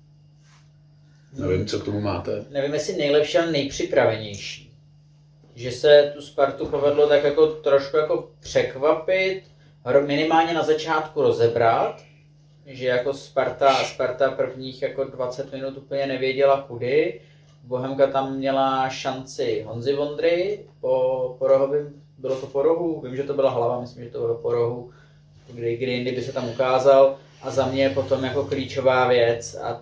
Nevím, co k tomu máte. Nevím, jestli nejlepší, ale nejpřipravenější. Že se tu Spartu povedlo tak jako trošku jako překvapit, minimálně na začátku rozebrat, že jako Sparta prvních jako 20 minut úplně nevěděla kudy. Bohemka tam měla šanci Honzy Vondry po rohovém, bylo to po rohu, vím, že to byla hlava, myslím, že to bylo po rohu, kdy jindy by se tam ukázal. A za mě potom jako klíčová věc a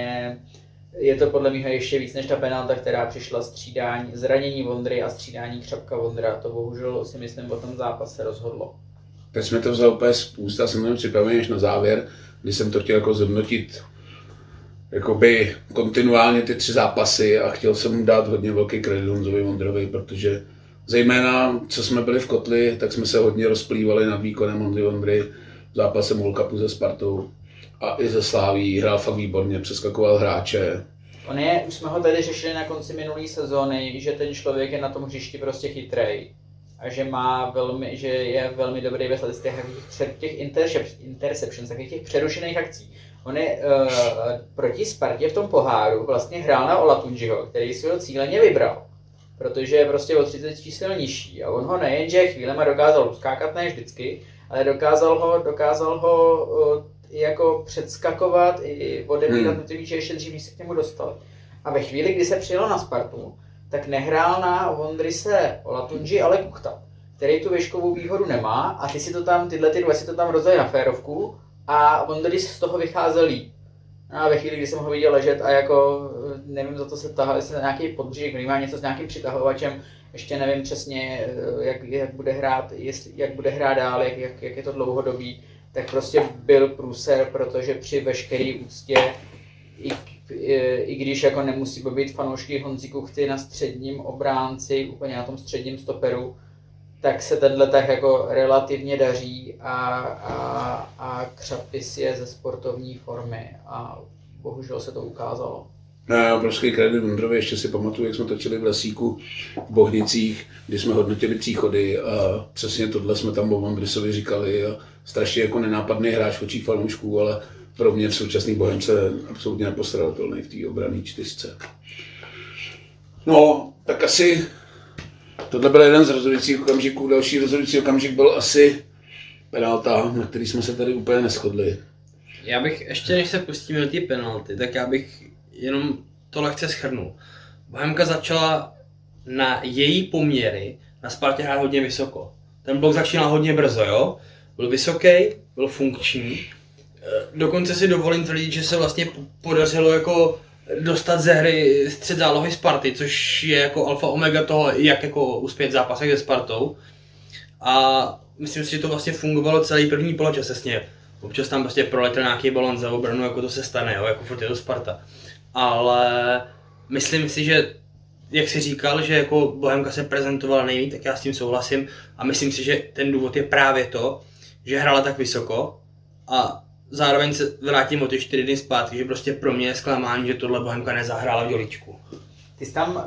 je to podle mě ještě víc než ta penalta, která přišla zranění Vondry a střídání Křapka Vondra. To bohužel si myslím o tom zápase rozhodlo. Teď jsme to vzali úplně z úst a jsem tam připravený až na závěr, kdy jsem to chtěl jako zhodnotit jakoby kontinuálně ty 3 zápasy a chtěl jsem mu dát hodně velký kredit Honzovi Vondrovi, protože zejména, co jsme byli v kotli, tak jsme se hodně rozplývali nad výkonem Honzy Vondry v zápase World Cupu se Spartou a i ze Sláví, hrál fakt výborně, přeskakoval hráče. Už jsme ho tady řešili na konci minulé sezóny, že ten člověk je na tom hřišti prostě chytrej a že je velmi dobrý ve statistikách těch interceptions, takových těch přerušených akcí. On je proti Spartě v tom poháru vlastně hrál na Olatunjiho, který si ho cíleně vybral, protože je prostě o 30 čísel nižší a on ho nejenže chvílema dokázal uskákat, ne vždycky, ale dokázal ho jako předskakovat i odebírat motivíče ještě dřív, než se k němu dostali. A ve chvíli, kdy se přijelo na Spartu, tak nehrál na Vondrise Olatunji, ale Kuchta, který tu výškovou výhodu nemá a tyhle dva si to tam rozdali na férovku a Vondris z toho vycházel líp. A ve chvíli, kdy jsem ho viděl ležet a jako nevím, za to se tahal, jestli na nějaký podbřížek, má něco s nějakým přitahovačem, ještě nevím přesně, jak bude hrát dál, jak je to dlouhodobý, tak prostě byl průser, protože při veškeré úctě i i když jako nemusí být fanoušky Honzi Kuchty na středním obránci, úplně na tom středním stoperu, tak se tenhle tak jako relativně daří a Křapis je ze sportovní formy a bohužel se to ukázalo. No, obrovský kredit Vondrovi, ještě si pamatuju, jak jsme točili v Lesíku v Bohnicích, kdy jsme hodnotili příchody a přesně tohle jsme tam o Vondrysovi říkali a strašně jako nenápadný hráč v očích fanoušků, ale pro mě v současný Bohemce absolutně nepostradatelný v té obranné čtyřce. No, tak asi tohle byl jeden z rozhodujících okamžiků. Další rozhodující okamžik byl asi penalta, na který jsme se tady úplně neshodli. Já bych ještě, než se pustíme do té penalty, tak já bych jenom to lehce shrnul. Bohemka začala na její poměry na Spartě hrát hodně vysoko. Ten blok začínal hodně brzo, jo? Byl vysoký, byl funkční. Dokonce si dovolím tvrdit, že se vlastně podařilo jako dostat ze hry střed zálohy Sparty, což je jako alfa omega toho, jak jako uspět v zápasech se Spartou. A myslím si, že to vlastně fungovalo celý první poločas přesně. Občas tam prostě proletěl nějaký balon za obranu, jako to se stane, jo? Jako furt je to Sparta. Ale myslím si, že jak jsi říkal, že jako Bohemka se prezentovala nejvíc, tak já s tím souhlasím a myslím si, že ten důvod je právě to, že hrála tak vysoko a zároveň se vrátím o ty 4 dny zpátky, že prostě pro mě je zklamání, že tohle Bohemka nezahrála v Dělíčku. Ty jsi tam,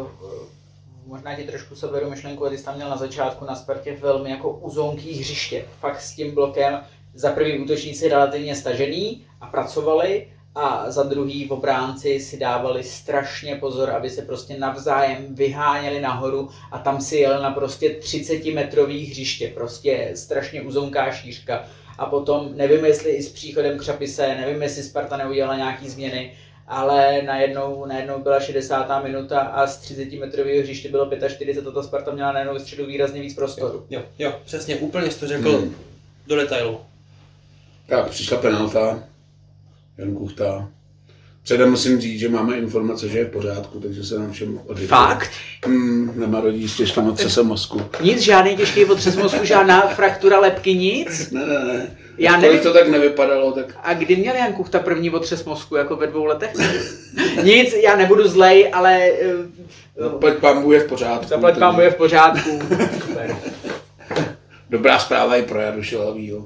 možná ti trošku seberu myšlenku, ty jsi tam měl na začátku na Spartě velmi jako uzonký hřiště, fakt s tím blokem za první útočníci relativně stažený a pracovali, a za druhý v obránci si dávali strašně pozor, aby se prostě navzájem vyháněli nahoru a tam si jel na prostě 30-metrový hřiště, prostě strašně uzonká šířka. A potom, nevím jestli i s příchodem Křapise, nevím jestli Sparta neudělala nějaký změny, ale najednou byla 60. minuta a z 30-metrového hřiště bylo 45 a ta Sparta měla najednou ve středu výrazně víc prostoru. Jo, přesně, úplně jsi to řekl do detailu. Tak, přišla penalta. Jan Kuchta. Předem musím říct, že máme informace, že je v pořádku, takže se nám všem odvěděli. Fakt? Nemarodí s těžkým otřesem mozku. Nic, žádný těžký otřes mozku, žádná fraktura lebky, nic? Ne. Já nevím. To tak nevypadalo, tak... A kdy měl Jan Kuchta první otřes mozku, jako ve 2 letech? Nic, já nebudu zlej, ale... Zaplať pánbůh je v pořádku. Zaplať pánbůh je v pořádku. Super. Dobrá zpráva i pro Jadu Šilavýho.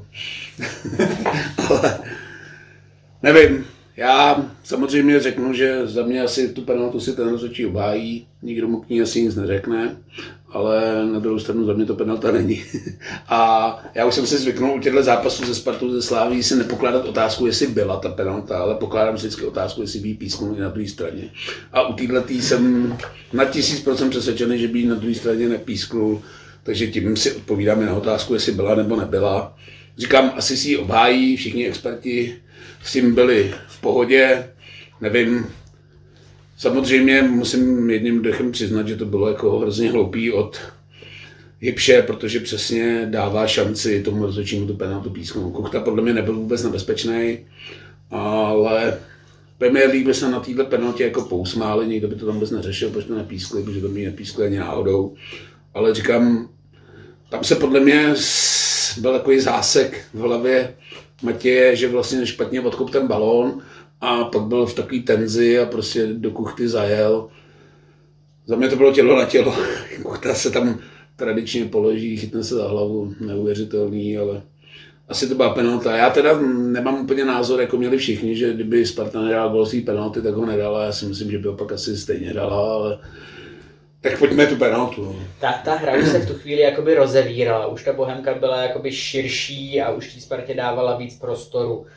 Ale... Nevím, já samozřejmě řeknu, že za mě asi tu penaltu si ten rozhodčí obhájí, nikdo mu k ní asi nic neřekne, ale na druhou stranu za mě to penalta není. A já už jsem si zvyknul u těchto zápasů ze Spartou, ze Sláví si nepokládat otázku, jestli byla ta penalta, ale pokládám si vždycky otázku, jestli by jí písknul i na druhé straně. A u této jsem na 1000% přesvědčený, že by jí na druhé straně nepísknul, takže tím si odpovídáme na otázku, jestli byla nebo nebyla. Říkám, asi si ji obhájí, všichni experti s tím byli v pohodě, nevím. Samozřejmě musím jedním dechem přiznat, že to bylo jako hrozně hloupý od Hybše, protože přesně dává šanci tomu rozhodčímu tu penaltu písknout. Kuchta podle mě nebyl vůbec nebezpečný, ale Premier League by se na této penaltě jako pousmáli, nikdo by to tam vůbec neřešil, proč to nepískli, protože to mi nepískli ani náhodou. Ale říkám, tam se podle mě byl takový zásek v hlavě Matěje, že vlastně špatně odkop ten balón a pak byl v takový tenzi a prostě do Kuchty zajel. Za mě to bylo tělo na tělo. Kuchta se tam tradičně položí, chytne se za hlavu, neuvěřitelný, ale asi to byla penalta. Já teda nemám úplně názor, jako měli všichni, že kdyby Sparta nedala gól svý penalty, tak ho nedala. Já si myslím, že by ho pak asi stejně dala, ale tak pojďme tu penaltu. Ta hra už se v tu chvíli jakoby rozevírala, už ta Bohemka byla jakoby širší a už tí Spartě dávala víc prostoru.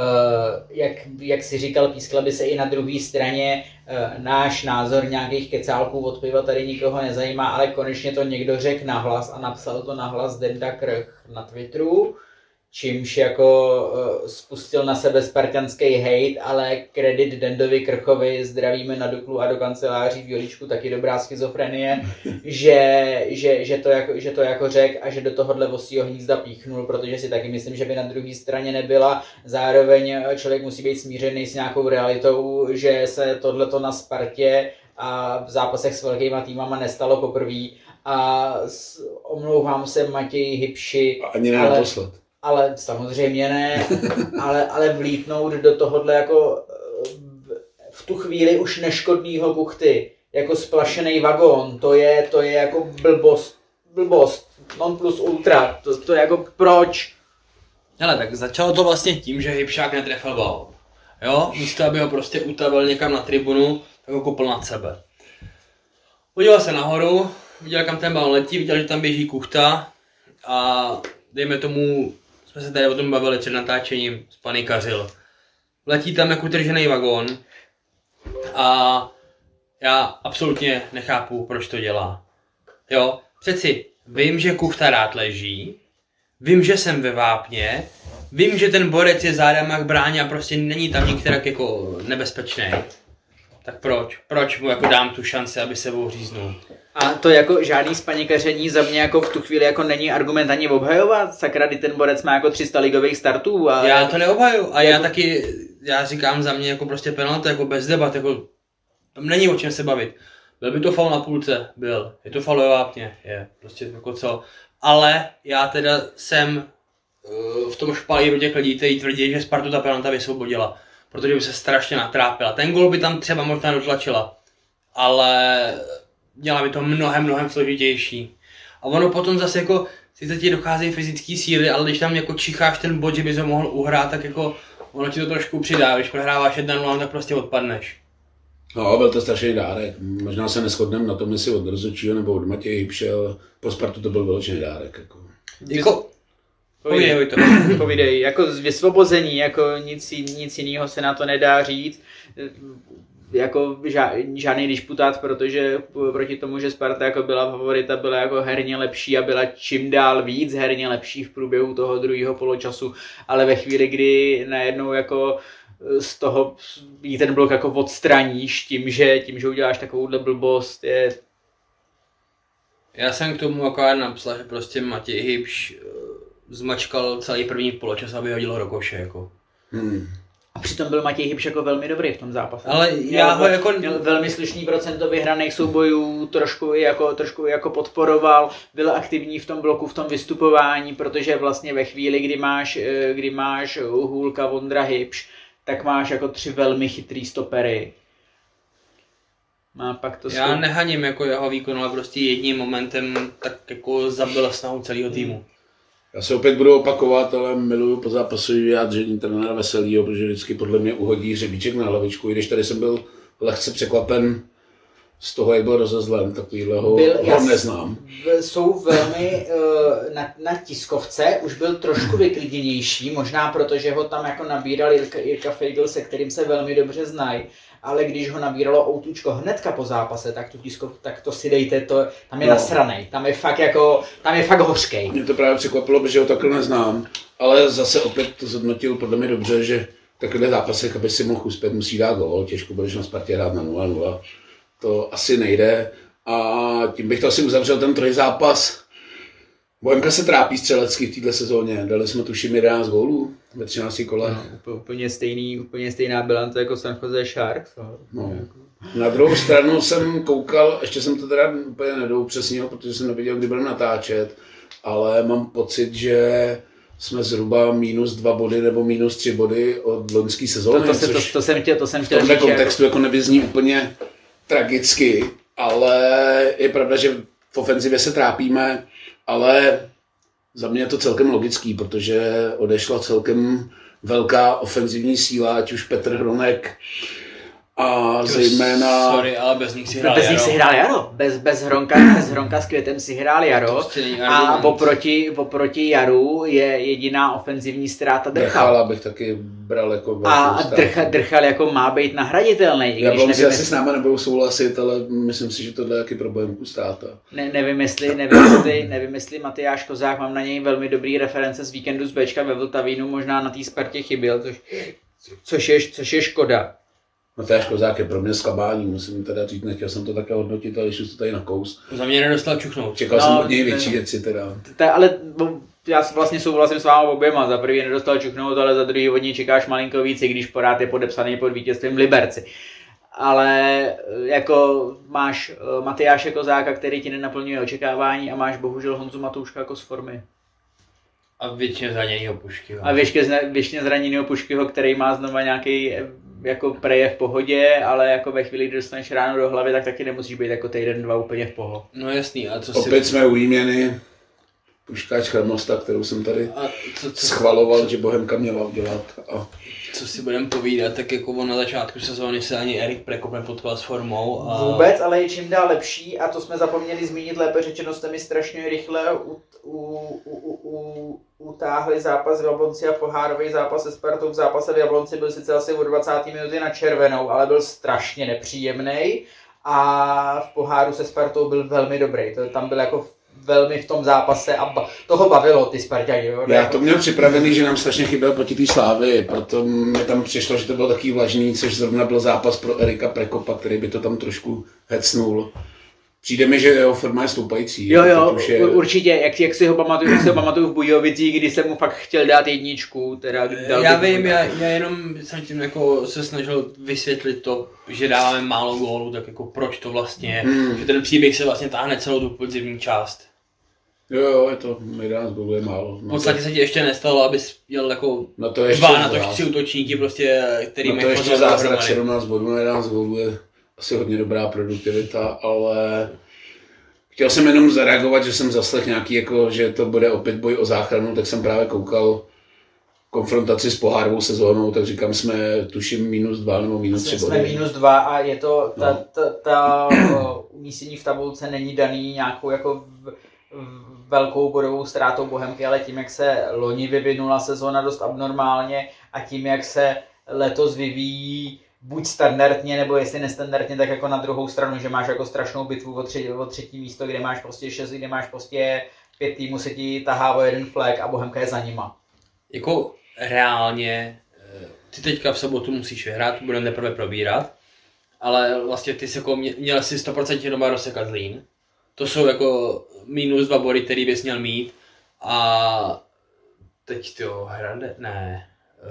Jak si říkal, pískla by se i na druhé straně. Náš názor nějakých kecálků od piva tady nikoho nezajímá, ale konečně to někdo řekl nahlas a napsal to nahlas Denda Krch na Twitteru, čímž jako spustil na sebe spartanský hejt, ale kredit Dendovi Krchovi, zdravíme na Duklu a do kanceláří v Dělíčku, taky dobrá schizofrenie, že to jako řek a že do tohohle vosího hnízda píchnul, protože si taky myslím, že by na druhé straně nebyla. Zároveň člověk musí být smířený s nějakou realitou, že se tohleto na Spartě a v zápasech s velkýma týmama nestalo poprvé. A omlouvám se Matěji Hybši, ani ne naposled. Ale samozřejmě ne, ale vlítnout do tohohle jako v tu chvíli už neškodnýho Kuchty, jako splašený vagón, to je jako blbost, non plus ultra, to je jako proč? Hele, tak začalo to vlastně tím, že Hybšák netrefil gól. Jo, místo aby ho prostě utavil někam na tribunu, tak ho kopl nad sebe. Podíval se nahoru, viděl, kam ten balon letí, viděl, že tam běží Kuchta a dejme tomu, jsme se tady o tom bavili před natáčením, spanikařil. Letí tam jako utržený vagón a já absolutně nechápu, proč to dělá. Jo, přeci vím, že Kuchta rád leží, vím, že jsem ve vápně, vím, že ten borec je zádama k bráně a prostě není tam nikterak jako nebezpečný. Tak proč? Proč mu jako dám tu šanci, aby sebou říznul? A to jako žádný spanikaření za mě jako v tu chvíli jako není argument ani obhajovat. Sakra, kdy ten borec má jako 300 ligových startů. A já to neobhaju a já taky, já říkám za mě jako prostě penalta, jako bez debat, jako tam není o čem se bavit. Byl by to faul na půlce? Byl. Je to faul ve vápně? Je. Prostě jako co. Ale já teda jsem v tom špalíru těch lidí, kteří tvrdí, že Spartu ta penalta vysvobodila. Protože by se strašně natrápila. Ten gol by tam třeba možná dotlačila. Ale dělá by to mnohem složitější. A ono potom zase jako, sice ti docházejí fyzické síly, ale když tam jako čicháš ten bod, že bys ho mohl uhrát, tak jako ono ti to trošku přidá. Když prohráváš 1-0, tak prostě odpadneš. No, byl to strašný dárek. Možná se neshodneme na tom, jestli od rozhodčího nebo od Matěje Hybše, ale pro Spartu to byl vyložený dárek. Jako, povídej, jako vysvobození, jako nic jiného se na to nedá říct. Jako žádný disputát, protože proti tomu, že Sparta jako byla favorita, byla jako herně lepší a byla čím dál víc herně lepší v průběhu toho druhého poločasu, ale ve chvíli, kdy najednou jako z toho jí ten blok jako odstraníš tím, že uděláš takovouhle blbost, je... Já jsem k tomu akorát napsal, že prostě Matěj Hybš zmačkal celý první poločas, aby hodil ho do koše, jako. A přitom byl Matěj Hybš jako velmi dobrý v tom zápase. Ale já ho jako... Měl velmi slušný procento vyhraných soubojů, trošku jako podporoval, byl aktivní v tom bloku, v tom vystupování, protože vlastně ve chvíli, kdy máš Hůlka, Vondra, Hybš, tak máš jako 3 velmi chytrý stopery. Má pak to já nehaním jako jeho výkon, ale prostě jedním momentem tak jako zabil snahu celého týmu. Já se opět budu opakovat, ale miluju po zápasový vyjádření trenéra Veselýho, protože vždycky podle mě uhodí hřebíček na hlavičku, i když tady jsem byl lehce překvapen z toho, jak byl rozezlen, takovýhleho ho neznám. Jsou velmi, na tiskovce už byl trošku vyklidněnější, možná protože ho tam jako nabíral Jirka Feigl, se kterým se velmi dobře znají, ale když ho nabíralo Outučko hnedka po zápase, tak to si dejte, tam je nasranej, tam je fakt hořkej. Mě to právě překvapilo, protože ho takhle neznám, ale zase opět to zhodnotil podle mě dobře, že takovýhle zápasech, aby si mohl uspět, musí dát gól, těžko budeš na Spartě hrát na 0-0. To asi nejde a tím bych to asi uzavřel ten trojzápas. Bohemka se trápí střelecky v této sezóně. Dali jsme tuším 11 gólů ve 13 kolech. No, úplně stejná bilance jako San Jose Sharks. No. Na druhou stranu jsem koukal, ještě jsem to teda úplně nedoupřesnil, protože jsem nevěděl, kdy budeme natáčet, ale mám pocit, že jsme zhruba -2 body nebo -3 body od loňské sezóny. To jsem chtěl v tomhle kontextu jako nevyzní úplně tragicky, ale je pravda, že v ofenzivě se trápíme, ale za mě je to celkem logický, protože odešla celkem velká ofenzivní síla, ať už Petr Hronek a zejména... Sorry, ale bez nich si hrál Jaro. Bez Hronka s Květem si hrál Jaro a oproti Jaru je jediná ofenzivní ztráta Drchal. Bych taky bral jako a Drchal jako má být nahraditelný. Já si asi s náma nebudou souhlasit, ale myslím si, že tohle je taky pro Bohemku ztráta. Nevím, jestli Matyáš Kozák, mám na něj velmi dobrý reference z víkendu z Bčka ve Vltavínu, možná na té Spartě chyběl, což je škoda. Matyáš Kozák je pro mě zklamání, musím teda říct, nechtěl jsem to také hodnotit, ale když už to tady nakous. Za mě nedostal čuchnout. Čekal jsem od něj větší věci teda. Ale já vlastně souhlasím s vámi oběma, za prvý nedostal čuchnout, ale za druhý od něj čekáš malinko víc, i když pořád je podepsaný pod vítězstvím v Liberci. Ale jako máš Matyáše Kozáka, který ti nenaplňuje očekávání a máš bohužel Honzu Matouška jako z formy. A většině zraněnýho Puškyho. A většině zraněnýho Puškyho, který má znova nějaký jako preje v pohodě, ale jako ve chvíli, kdy dostaneš ráno do hlavy, tak taky nemusíš být jako týden, dva úplně v pohodě. No jasný, a co opět jsme u výměny Puškáč Chrmosta, kterou jsem tady schvaloval, že Bohemka měla udělat. A co si budeme povídat, tak jako on na začátku sezóny se ani Erik Prekop nepotkal s formou. A... Vůbec, ale je čím dál lepší a to jsme zapomněli zmínit, lépe řečeno jste mi strašně rychle utáhli zápas v Jablonci a pohárový zápas se Spartou. V zápase v Jablonci byl sice asi o 20. minuty na červenou, ale byl strašně nepříjemný a v poháru se Spartou byl velmi dobrý. To tam byl jako velmi v tom zápase a toho bavilo ty Sparťani. Já to měl připravený, že nám strašně chyběl proti té Slávy, proto mi tam přišlo, že to bylo takový vlažný, což zrovna byl zápas pro Erika Prekopa, který by to tam trošku hecnul. Přijde mi, že jeho forma je stoupající. Jo, určitě, jak si ho pamatuju v Budějovicích, kdy jsem mu fakt chtěl dát jedničku. Teda já vím, já jenom jsem tím jako se snažil vysvětlit to, že dáváme málo gólů, tak jako proč to vlastně, že ten příběh se vlastně táhne celou tu podzimní část. Jo, je to, 11 gólů je málo. V podstatě se ti ještě nestalo, abys měl jako 2 na to 3 útočníky, prostě, který mají ještě zázrak 17 bodů na 11 gólů je asi hodně dobrá produktivita, ale chtěl jsem jenom zareagovat, že jsem zaslechl nějaký, jako, že to bude opět boj o záchranu, tak jsem právě koukal konfrontaci s pohárovou sezónou, tak říkám, jsme tuším -2 nebo -3 body. Jsme -2 a je to, ta umístění v tabulce není daný nějakou jako velkou bodovou ztrátou Bohemky, ale tím, jak se loni vyvinula sezóna dost abnormálně a tím, jak se letos vyvíjí buď standardně, nebo jestli nestandardně, tak jako na druhou stranu, že máš jako strašnou bitvu o třetí místo, kde máš prostě 6, kde máš prostě 5 týmů, se ti tahá o jeden flag a Bohemka je za nima. Jako reálně, ty teďka v sobotu musíš vyhrát, budeme teprve probírat, ale vlastně ty jsi jako měl si 100% doma rozsekat Zlín. To jsou jako -2 body, který bys měl mít a teď to Hrande, ne,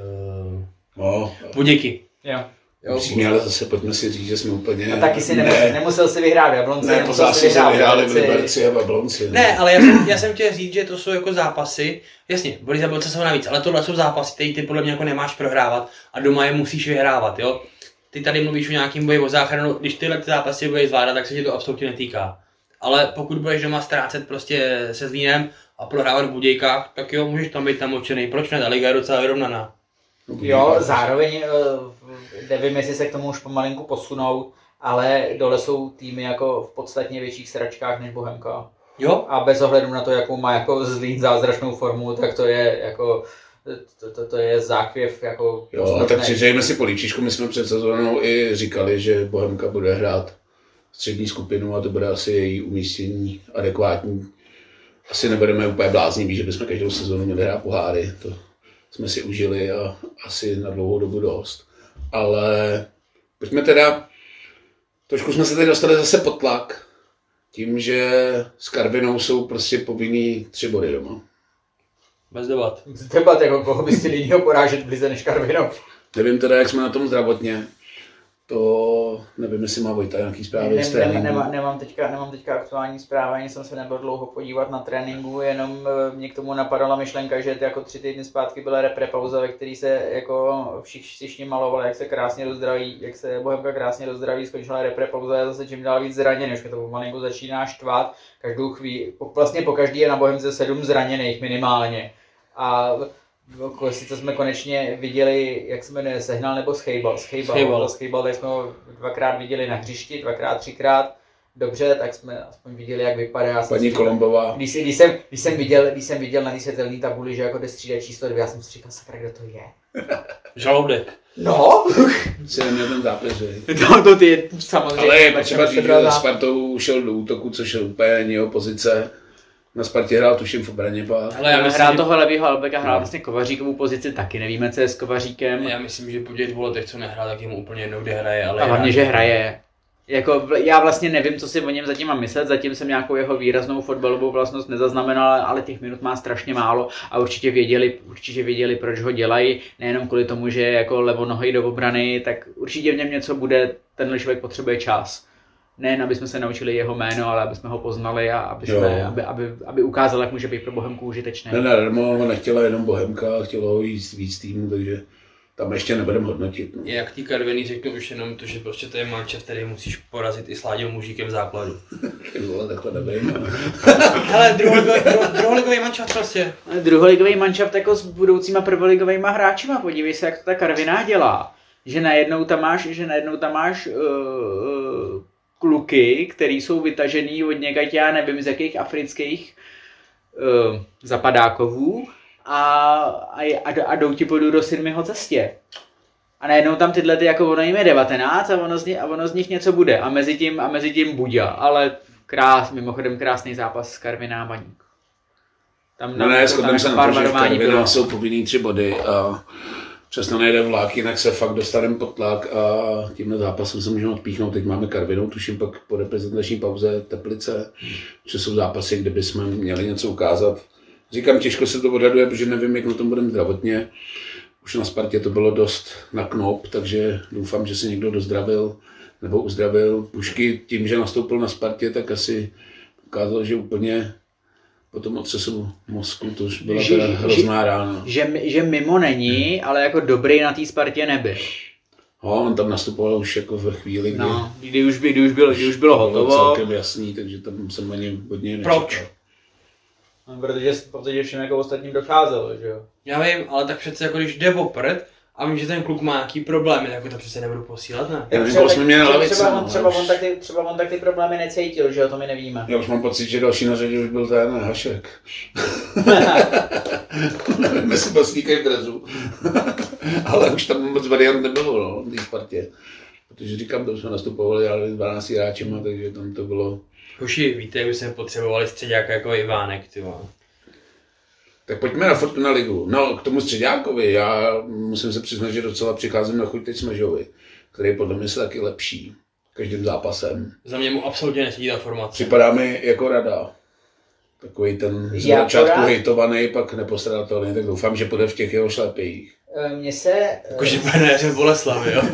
Budějky. Jo. Upřímně, ale zase pojďme si říct, že jsme úplně... A taky si nemusel si vyhrát v Jablonci. Ne, pořád si vyhráli v Liberci a v Jablonci. Ne, ale já jsem chtěl říct, že to jsou jako zápasy, jasně, body za Jablonce jsou navíc, ale tohle jsou zápasy, které ty podle mě jako nemáš prohrávat a doma je musíš vyhrávat, jo. Ty tady mluvíš o nějakým boji o záchranu, když tyhle zápasy budeš zvládat, tak se ti to absolutně netýká. Ale pokud budeš doma ztrácet prostě se Zlínem a prohrávat v Budějkách, tak jo, můžeš tam být namočený, proč ne, ta liga je docela vyrovnaná. Jo, zároveň nevím, jestli se k tomu už pomalinku posunou, ale dole jsou týmy jako v podstatně větších sračkách než Bohemka. Jo. A bez ohledu na to, jakou má jako Zlín zázračnou formu, tak to je jako to je záchvěv jako... Jo, a tak přiřejme si políčičku, my jsme před sezónou i říkali, že Bohemka bude hrát střední skupinu a to bude asi její umístění adekvátní. Asi nebudeme úplně blázniví, že bychom každou sezónu měli hrát poháry. To jsme si užili a asi na dlouhou dobu dost. Ale pojďme teda, trošku jsme se tady dostali zase pod tlak, tím, že s Karvinou jsou prostě povinný 3 body doma. Bez debat. Bez debat, jako koho bys chtěl jinýho porážet blize než Karvinou. Nevím teda, jak jsme na tom zdravotně. To nevím, jestli má Vojta nějaký zprávy z tréninku. Nemám teďka aktuální zprávy, ani jsem se nebyl dlouho podívat na tréninku, jenom mě k tomu napadala myšlenka, že jako 3 týdny zpátky byla repre pauza, ve který se jako všichni malovali, jak se krásně dozdraví, jak se Bohemka krásně dozdraví, skončila repre pauza a zase čím dál víc zraněný, už mě to pomalinku začíná štvát, každou chvíli, vlastně po každý je na Bohemce 7 zraněných minimálně. A sice jsme konečně viděli, jak se jmenuje, Sehnal nebo Schejbal, tak jsme ho 2krát viděli na hřišti, 2krát, 3krát. Dobře, tak jsme aspoň viděli, jak vypadá. Paní Kolombová. Když jsem viděl na té světelné tabuli, že jako jde střídat číslo 2, já jsem si říkal, sakra, kdo to je? Žaludek. No. Si neměl ten zápis, že? No, to ty samozřejmě. Ale je potřeba říct, že Spartou šel do útoku, což je úplně jeho pozice. Na Spartě hrál tuším v obraně pár. Ale já hrál toho levýho halbeka, hrál vlastně Kovaříkovou pozici taky, nevíme, co je s Kovaříkem. Já myslím, že po těch 2 letech, co nehrál, tak je mu úplně jednou, kde hraje. Ale a hlavně, že hraje. Jako, já vlastně nevím, co si o něm zatím mám myslet, zatím jsem nějakou jeho výraznou fotbalovou vlastnost nezaznamenal, ale těch minut má strašně málo a určitě věděli, proč ho dělají, nejenom kvůli tomu, že je jako levonohej do obrany, tak určitě v něm něco bude, tenhle člověk potřebuje čas. Nejen, aby jsme se naučili jeho jméno, ale aby jsme ho poznali a aby ukázal, jak může být pro Bohemku užitečný. Ne, ho nechtěla jenom Bohemka, chtěla ho víc týmů, takže tam ještě nebudeme hodnotit. No. Jak ty Karviný řeknu už jenom to, že prostě to je mančaft, který musíš porazit i s Láďou Mužíkem v základu. Takhle nevím. Hele, druholigový mančaft prostě. Druholigový manšaft jako s budoucíma prvoligovýma hráčima, podívej se, jak to ta Karviná dělá. Že najednou tam máš kluky, který jsou vytažený od někať, já nevím, z jakých afrických zapadákovů a jdou ti půjdu do Sirmiho cestě. A najednou tam tyhle ty, jako ono jim je 19 a ono z nich něco bude. A mezi tím Buďa, ale mimochodem krásný zápas s Karviná Baník. Tam shodneme se na to, že v Karviná jsou povinný 3 body a přesně nejde vlak, jinak se fakt dostaneme pod tlak a tímhle zápasem se můžeme odpíchnout. Teď máme Karvinou, tuším pak po reprezentační pauze Teplice, že jsou zápasy, kde bychom měli něco ukázat. Říkám, těžko se to odhaduje, protože nevím, jak na tom budeme zdravotně. Už na Spartě to bylo dost na knop, takže doufám, že se někdo dozdravil nebo uzdravil. Pušky tím, že nastoupil na Spartě, tak asi ukázal, že úplně po tom otřesu mozku, to už byla teda hrozná rána. Že mimo není, ale jako dobrý na té Spartě nebyl. On tam nastupoval už jako ve chvíli, kdy už bylo hotovo. Celkem jasný, takže tam jsem ani od něj nečekal. Proč? Protože všem jako ostatním docházelo, že jo? Já vím, ale tak přece jako když jde o prd a vím, že ten kluk má nějaký problémy, tak to přece nebudu posílat, ne? Třeba on tak ty problémy necítil, že jo, to my nevíme. Já už mám pocit, že další na řadě už byl ten Hašek. Nevím, jestli byl slíkej v drezu. Ale už tam moc variant nebylo, no, v té Spartě. Protože říkám, tam jsme nastupovali ale s 12 hráčima, takže tam to bylo... Hoši, víte, jak jsme potřebovali středáka jako Ivánek, ty vole. Tak pojďme na Fortuna ligu. No, k tomu středákovi, já musím se přiznat, že docela přicházím na chuť teď Smežovi, který podle mě se taky lepší každým zápasem. Za mě mu absolutně nesedí ta formace. Připadá mi jako Rada. Takový ten z začátku hejtovaný, pak nepostradatelný, tak doufám, že půjde v těch jeho šlepějích. Mně se... Jakože bude v Boleslavy, jo?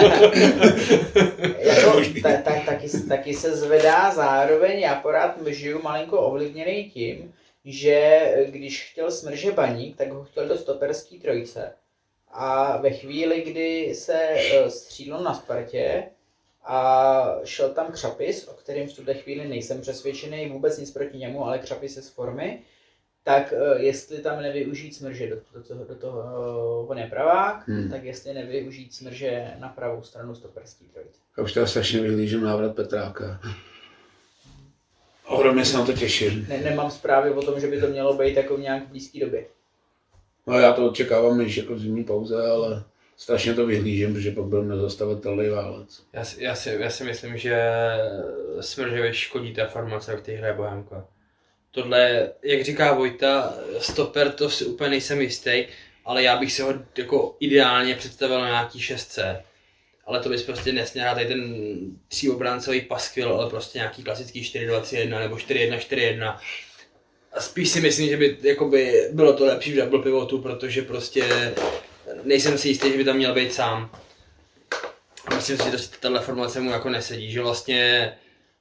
taky se zvedá zároveň, já pořád žiju malinko ovlivněný tím, že když chtěl Smrže Baník, tak ho chtěl do stoperský trojce. A ve chvíli, kdy se střídlo na Spartě a šel tam Křapis, o kterém v tuhle chvíli nejsem přesvědčený, vůbec nic proti němu, ale Křapis je z formy, tak jestli tam nevyužít Smrže do toho on je pravák, tak jestli nevyužít Smrže na pravou stranu stoperský trojce. Já už teda strašně vyhlížím návrat Petráka. Ohromně se na to těším. Nemám zprávy o tom, že by to mělo být jako nějak v blízké době. No já to očekávám již jako v zimní pauze, ale strašně to vyhlížím, protože pak byl nezastavitelný válec. Já si myslím, že Smržovi škodí ta formace, o které hraje Bohemka. Tohle, jak říká Vojta, stoper, to si úplně nejsem jistý, ale já bych si ho jako ideálně představil na nějaký 6C. Ale to bys prostě nesměl hrát tady ten tříobráncový paskvil, ale prostě nějaký klasický 4-2-3-1 nebo 4-1-4-1. A spíš si myslím, že by jakoby bylo to lepší v double pivotu, protože prostě nejsem si jistý, že by tam měl být sám. A myslím si, že tato formace mu jako nesedí, že vlastně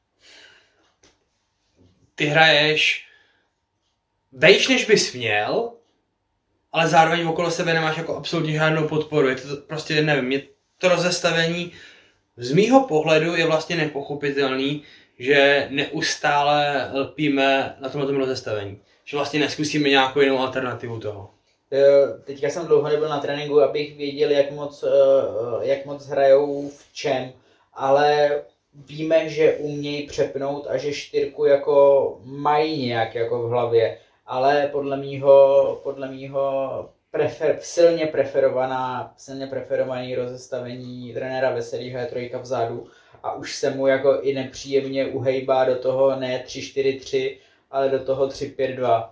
ty hraješ vejš, než bys měl, ale zároveň okolo sebe nemáš jako absolutně žádnou podporu. Je to prostě, nevím, to rozestavení z mýho pohledu je vlastně nepochopitelný, že neustále lpíme na tomhle rozestavení. Že vlastně neskusíme nějakou jinou alternativu toho. Teďka jsem dlouho nebyl na tréninku, abych věděl, jak moc hrajou v čem, ale víme, že umějí přepnout a že čtyřku jako mají nějak jako v hlavě, ale podle mýho silně preferovaný rozestavení trenéra Veselýho je trojka vzadu a už se mu jako i nepříjemně uhejbá do toho ne 3-4-3, ale do toho 3-5-2.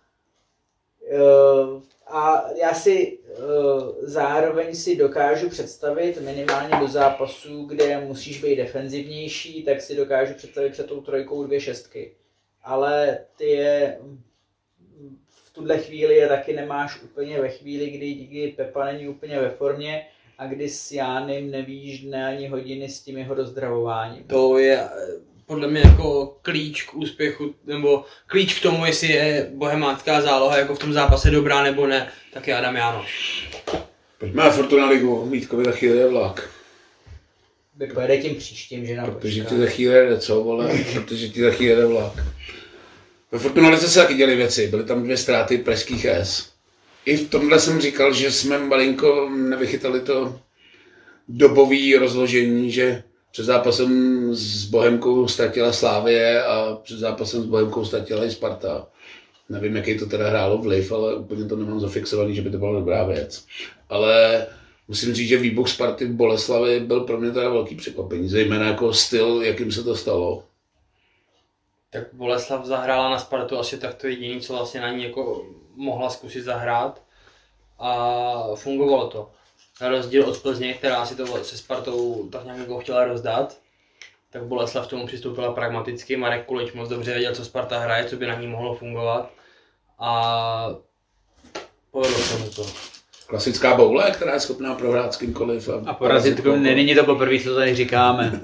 A já si zároveň si dokážu představit minimálně do zápasů, kde musíš být defenzivnější, tak si dokážu představit před tou trojkou 2 šestky. Ale ty je v tuhle chvíli je taky nemáš úplně ve chvíli, kdy Pepa není úplně ve formě a kdy s Jánem nevíš dne ani hodiny s tím jeho dozdravováním. To je podle mě jako klíč k úspěchu, nebo klíč k tomu, jestli je bohemácká záloha jako v tom zápase dobrá nebo ne, tak je Adam Jánoš. Pojďme na Fortuna ligu, Vítkovi za chvíli je vlak. Vy pojede tím příštím, že nám Protože ti za chvíli jde co, vole, protože ti za chvíli jde vlak. Ve Fortuna lize se taky děly věci, byly tam 2 ztráty pražských S. I v tomhle jsem říkal, že jsme malinko nevychytali to dobové rozložení, že před zápasem s Bohemkou ztratila Slavie a před zápasem s Bohemkou ztratila i Sparta. Nevím, jaký to teda hrálo vliv, ale úplně to nemám zafixovaný, že by to byla dobrá věc. Ale musím říct, že výbuch Sparty v Boleslavi byl pro mě teda velký překvapení, zejména jako styl, jakým se to stalo. Tak Boleslav zahrála na Spartu asi tak to jediné, co vlastně na ní jako mohla zkusit zahrát a fungovalo to. Na rozdíl od Plzně, která si to se Spartou tak nějak jako chtěla rozdat, tak Boleslav tomu přistoupila pragmaticky. Marek Kulič moc dobře věděl, co Sparta hraje, co by na ní mohlo fungovat a povedlo se mu to. Klasická boule, která je schopná prohrát s kýmkoliv. A porazit, není to poprvé, co tady říkáme.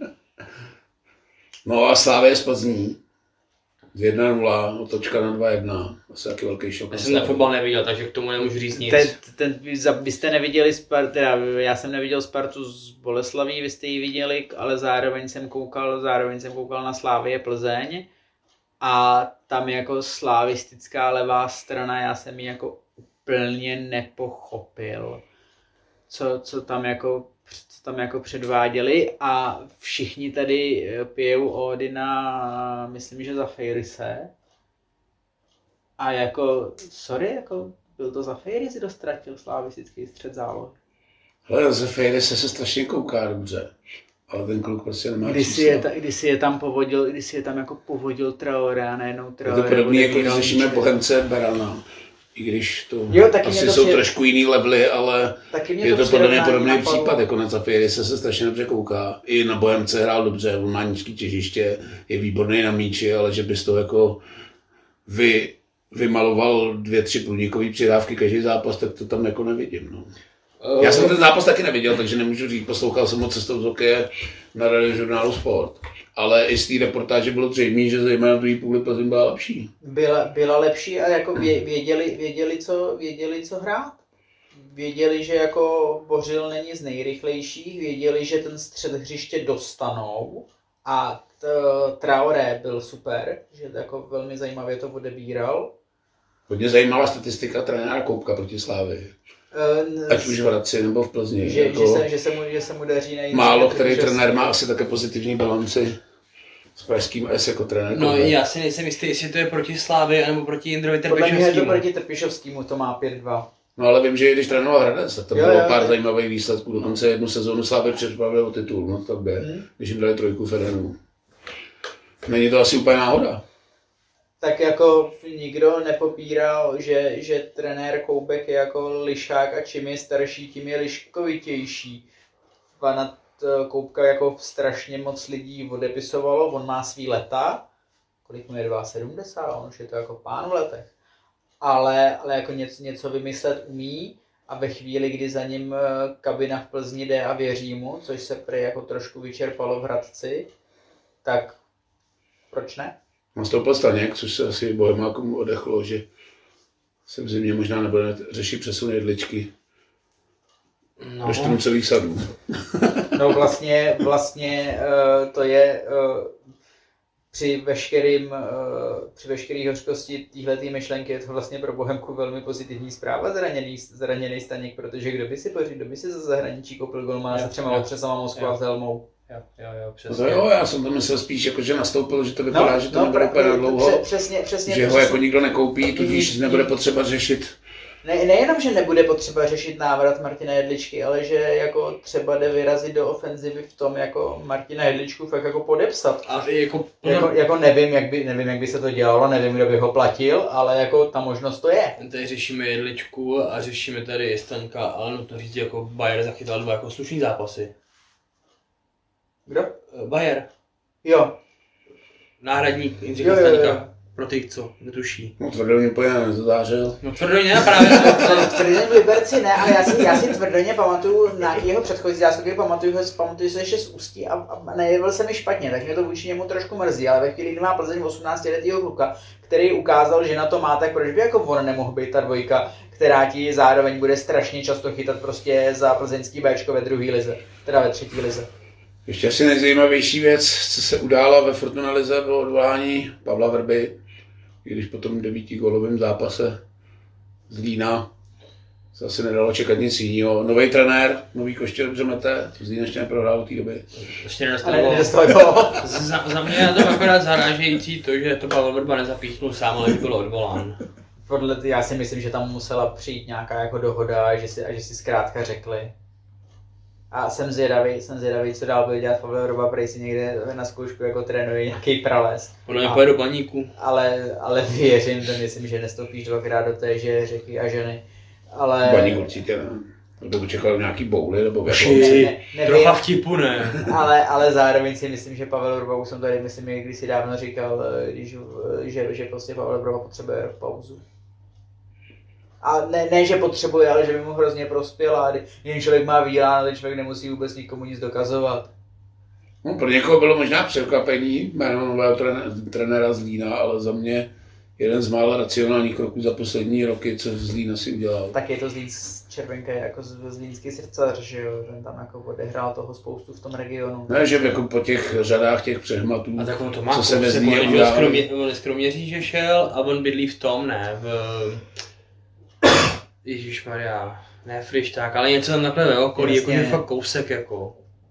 No a Slavie z Plzní. 1-0, otočka na 2-1. Asi taky velký šok. Já jsem ten fotbal neviděl, takže k tomu nemůžu říct nic. Vy jste neviděli Spartu, já jsem neviděl Spartu z Boleslaví, vy jste ji viděli, ale zároveň jsem koukal na Slavie Plzeň a tam jako slavistická levá strana, já jsem ji jako úplně nepochopil, co tam jako předváděli a všichni tady pijou ódy na, myslím, že za Fejrise. A jako, sorry, jako byl to za Fejry, si dostratil slavistický střed zálohy. Ale za Fejrise se strašně kouká dobře, ale ten kluk prostě nemá čísla. Když si je tam jako povodil Traoré a najednou Traoré. Je to podobně, jako když řešíme Bohemce Berana. I když to asi jsou trošku jiný levely, ale je to podle mě podobný případ, jako na Zafiri se strašně dobře kouká. I na Bohemce hrál dobře, on má nízký těžiště, je výborný na míči, ale že bys to jako vymaloval 2-3 průnikové přidávky každý zápas, tak to tam jako nevidím. No. Já jsem ten zápas taky neviděl, takže nemůžu říct, poslouchal jsem ho cestou z hokeje na radiožurnálu Sport. Ale i z té reportáže bylo zřejmé, že zejména druhý půli Plzeň byla lepší. Byla lepší a jako věděli, co hrát. Věděli, že jako Bořil není z nejrychlejších, věděli, že ten střed hřiště dostanou a Traoré byl super, že jako velmi zajímavě to odebíral. Hodně zajímavá statistika trenéra Koubka proti Slávii. Ať už v Hradci nebo v Plzni. Že se mu daří najít. Málo který trenér má asi také pozitivní balanci s pražským S jako trenér. No já si nejsem jistý, jestli to je proti Slávii nebo proti Jindrovi Trpišovskému. Podle mě je to proti Trpišovskému, to má 5-2. No ale vím, že když trénoval Hradec, tak tam bylo pár zajímavých výsledků. Dokonce jednu sezónu Slávy připravili o titul, no tak když jim dali 3 Federenu. Není to asi úplně náhoda. Tak jako nikdo nepopírá, že trenér Koubek je jako lišák a čím je starší, tím je liškovitější. Pana Koubka jako strašně moc lidí odepisovalo, on má svý leta, kolik mu je 72, on už je to jako pán v letech. Ale jako něco vymyslet umí a ve chvíli, kdy za ním kabina v Plzni jde a věří mu, což se prý jako trošku vyčerpalo v Hradci, tak proč ne? Nastoupil Staněk, což se asi Bohemákům odechlo, že se v zimě možná nebude řešit přesun jedličky do Štruncových sadů. No vlastně to je při veškeré hořkosti téhletý myšlenky je to vlastně pro Bohemku velmi pozitivní zpráva zraněný Staněk, protože kdo by si za zahraničí koupil golmana se 3 otřesama Moskva s helmou. Jo, přesně. No jo, já jsem to myslel spíš jako, že nastoupil, že to vypadá, že to nebude úplně na dlouho, přesně, že ho jako nikdo nekoupí, tudíž nebude potřeba řešit. Nejenom, že nebude potřeba řešit návrat Martina Jedličky, ale že jako třeba jde vyrazit do ofenzivy v tom jako Martina Jedličku fakt jako podepsat. A jako nevím, jak by se to dělalo, nevím, kdo by ho platil, ale jako ta možnost to je. Tady řešíme Jedličku a řešíme tady Staňka, ale nutno říct, jako Bayer zachytal 2 jako slušný zápasy. Kdo? Bayer. Jo. Náhradník Jindřicha Staňka. Pro ty, co netuší. No Tvrdoň úplně nezadářil. No Tvrdoň ne, právě. Tvrdoň v Liberci ne, ale já si Tvrdoně pamatuju na jeho předchozí záskoky, pamatuju se ještě z Ústí a nejevil se mi špatně, tak mě to vůči němu trošku mrzí, ale ve chvíli, kdy má Plzeň 18letýho kluka, který ukázal, že na to má, tak proč by jako on nemohl být ta dvojka, která ti zároveň bude strašně často chytat prostě za plzeňský Bčko ve druhé lize, teda ve třetí lize. Ještě asi nejzajímavější věc, co se udála ve Fortuna lize, bylo odvolání Pavla Vrby, i když po tom 9gólovém zápase z Lína se asi nedalo čekat nic jiného. Nový trenér, nový Koště dobře mete, z Lína ještě neprohrál od té doby. Ještě nedostal gól. Za mě je to akorát zarážející to, že to Pavel Vrba nezapíchnul sám, ale že byl odvolán. Já si myslím, že tam musela přijít nějaká jako dohoda a že si zkrátka řekli. A jsem zvědavý, co dál bude dělat Pavel Vrba, prej si někde na zkoušku jako trénuje nějaký prales. Podle mě pojede do Baníku. Ale věřím, že myslím, že nestoupíš dvakrát do té řeky a ženy. Ale... Baník určitě ne. Nebo čekal nějaký bouly nebo větlonci. Trocha vtipu ne. Ale zároveň si myslím, že Pavel Vrba, už jsem tady myslím, když si dávno říkal, že prostě Pavel Vrba potřebuje pauzu. A ne, že potřebuje, ale že by mu hrozně prospěl a jen člověk má vyděláno, ten člověk nemusí vůbec nikomu nic dokazovat. No, pro někoho bylo možná překvapení jméno nového trenéra z Lína, ale za mě jeden z mála racionálních kroků za poslední roky, co z Lína si udělal. Tak je to Červenka jako z Línský srdcař, že jo, ten tam jako odehrál toho spoustu v tom regionu. Ne, že jako po těch řadách těch přehmatů, a tak on to má, co se mezi on z Kroměříže šel a on bydlí v tom, ne, Ježišmarja, ne Frišták, ale něco tam takhle ve okolí, jakože fakt kousek jako.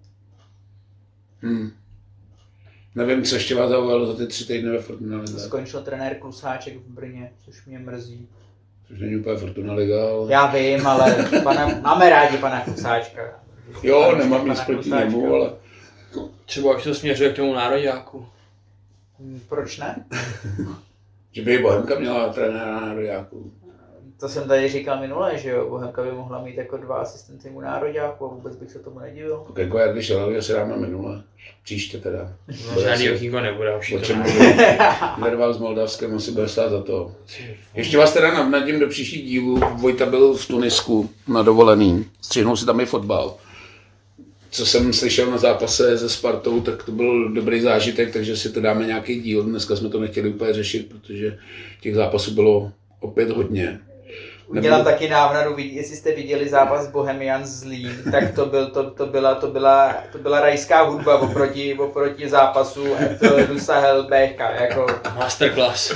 Nevím, co ještě vás zaujalo za ty 3 týdny ve Fortuna lize. Skončil trenér Klusáček v Brně, což mě mrzí. Což není úplně Fortuna liga, ale... Já vím, ale máme rádi pana Klusáčka. Jo, nemám nic proti němu, ale... Třeba už to směřuje k tomu nároďáku. Proč ne? Že by Bohemka měla trenéra nároďáku. To jsem tady říkal minule, že jo, Bohemka by mohla mít jako 2 asistenty mu nároďáku a vůbec bych se tomu nedivil. Tak jako Jardy Šelavy asi dáme minule, příště teda. No, žádný okýnko nebude, už to Nerval s Moldavskem asi bude stát za to. Ještě vás teda navnadím do příští dílu, Vojta byl v Tunisku na dovolený, střihnul si tam i fotbal. Co jsem slyšel na zápase se Spartou, tak to byl dobrý zážitek, takže si to dáme nějaký díl. Dneska jsme to nechtěli úplně řešit, protože těch zápasů bylo opět hodně. Udělám taky návnadu, jestli jste viděli zápas Bohemians Zlín, tak to byla rajská hudba oproti zápasu Etoilu Sahel BK, jako... Masterclass.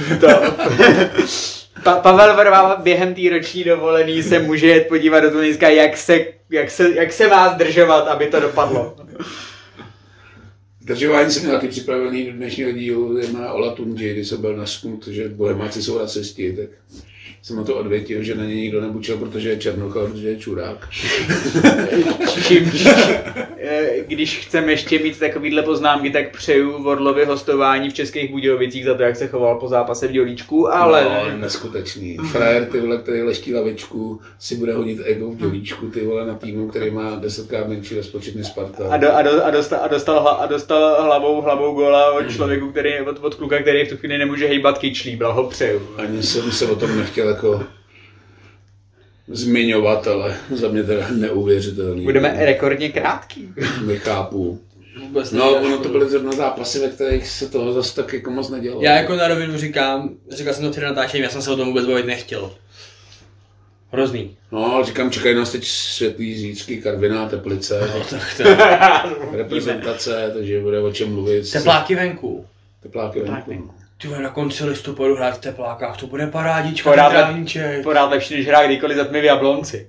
Pavel Vrba během té roční dovolený se může jet podívat do Tuniska, jak se má zdržovat, aby to dopadlo. Zdržování jsem měl taky připravený do dnešního dílu, jména Ola Tunji, kdy jsem byl nařknut, že Bohemáci jsou rasisti, tak jsem na to odvětil, že na ně nikdo nebučil, protože je černoch a protože je čurák. Když chceme ještě mít takovýhle poznámky, tak přeju Vorlovi hostování v Českých Budějovicích za to, jak se choval po zápase v Dělíčku, ale... No, neskutečný. Frajer, ty vole, který leští lavičku, si bude hodit ego v Dělíčku, ty vole, na týmu, který má 10krát menší rozpočet než Sparta. A dostal hlavou góla od člověku, od kluka, který v tu chvíli nemůže hejbat kyčlí, blahopřeju. Ani jsem se o tom nechtěl jako zmiňovat, ale za mě teda neuvěřitelný. Budeme rekordně krátký. Nechápu. No, ono to byly zrovna zápasy, ve kterých se toho zase tak jako moc nedělo. Já jako na rovinu říkal jsem to před natáčením, já jsem se o tom vůbec bavit nechtěl. Hrozný. No, říkám, čekají nás teď světlý zítřky, Karviná, Teplice, reprezentace, takže bude o čem mluvit. Tepláky venku. Tepláky venku. Ty na konci listopadu hrát v teplákách, to bude parádička. Pořád lepší, než hrát kdykoliv za tmy v Jablonci.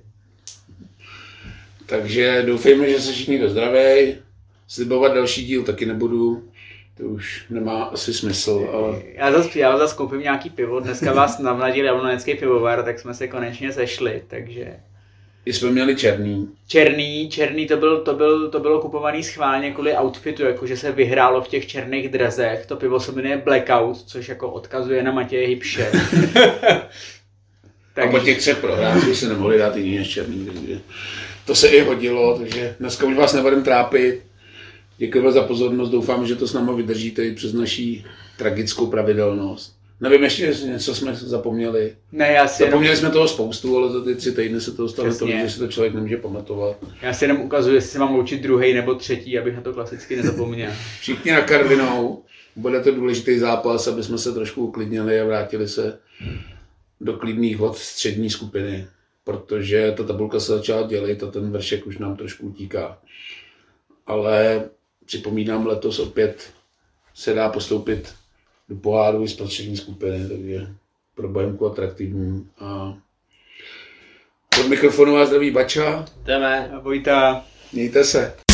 Takže doufejme, že se všichni dozdravěj. Slibovat další díl taky nebudu. To už nemá asi smysl, ale... Já zase koupím nějaký pivo. Dneska vás navnadil Jablonecký pivovar, tak jsme se konečně sešli, takže... I jsme měli černý, to bylo kupovaný schválně kvůli outfitu, jakože se vyhrálo v těch černých dresech. To pivo se jmenuje Blackout, což jako odkazuje na Matěje Hybše. A po těch 3 prohrách jsme se nemohli dát jiný než černý, takže to se i hodilo, takže dneska už vás nebudem trápit. Děkujeme za pozornost, doufám, že to s námi vydržíte i přes naší tragickou pravidelnost. Nevím, ještě jestli něco jsme zapomněli. Ne, já si Zapomněli jsme toho spoustu, ale za ty 3 týdny se toho stalo tolik, že si to člověk nemůže pamatovat. Já si jenom ukazuju, jestli se mám loučit druhý nebo třetí, abych na to klasicky nezapomněl. Všichni na Karvinou, bude to důležitý zápas, aby jsme se trošku uklidnili a vrátili se do klidných vod střední skupiny, protože ta tabulka se začala dělit a ten vršek už nám trošku utíká. Ale připomínám, letos opět se dá postoupit do poháru i z střední skupiny, takže pro Bohemku atraktivní. A od mikrofonu vás zdraví Bača. Jdeme. A Vojta. Mějte se.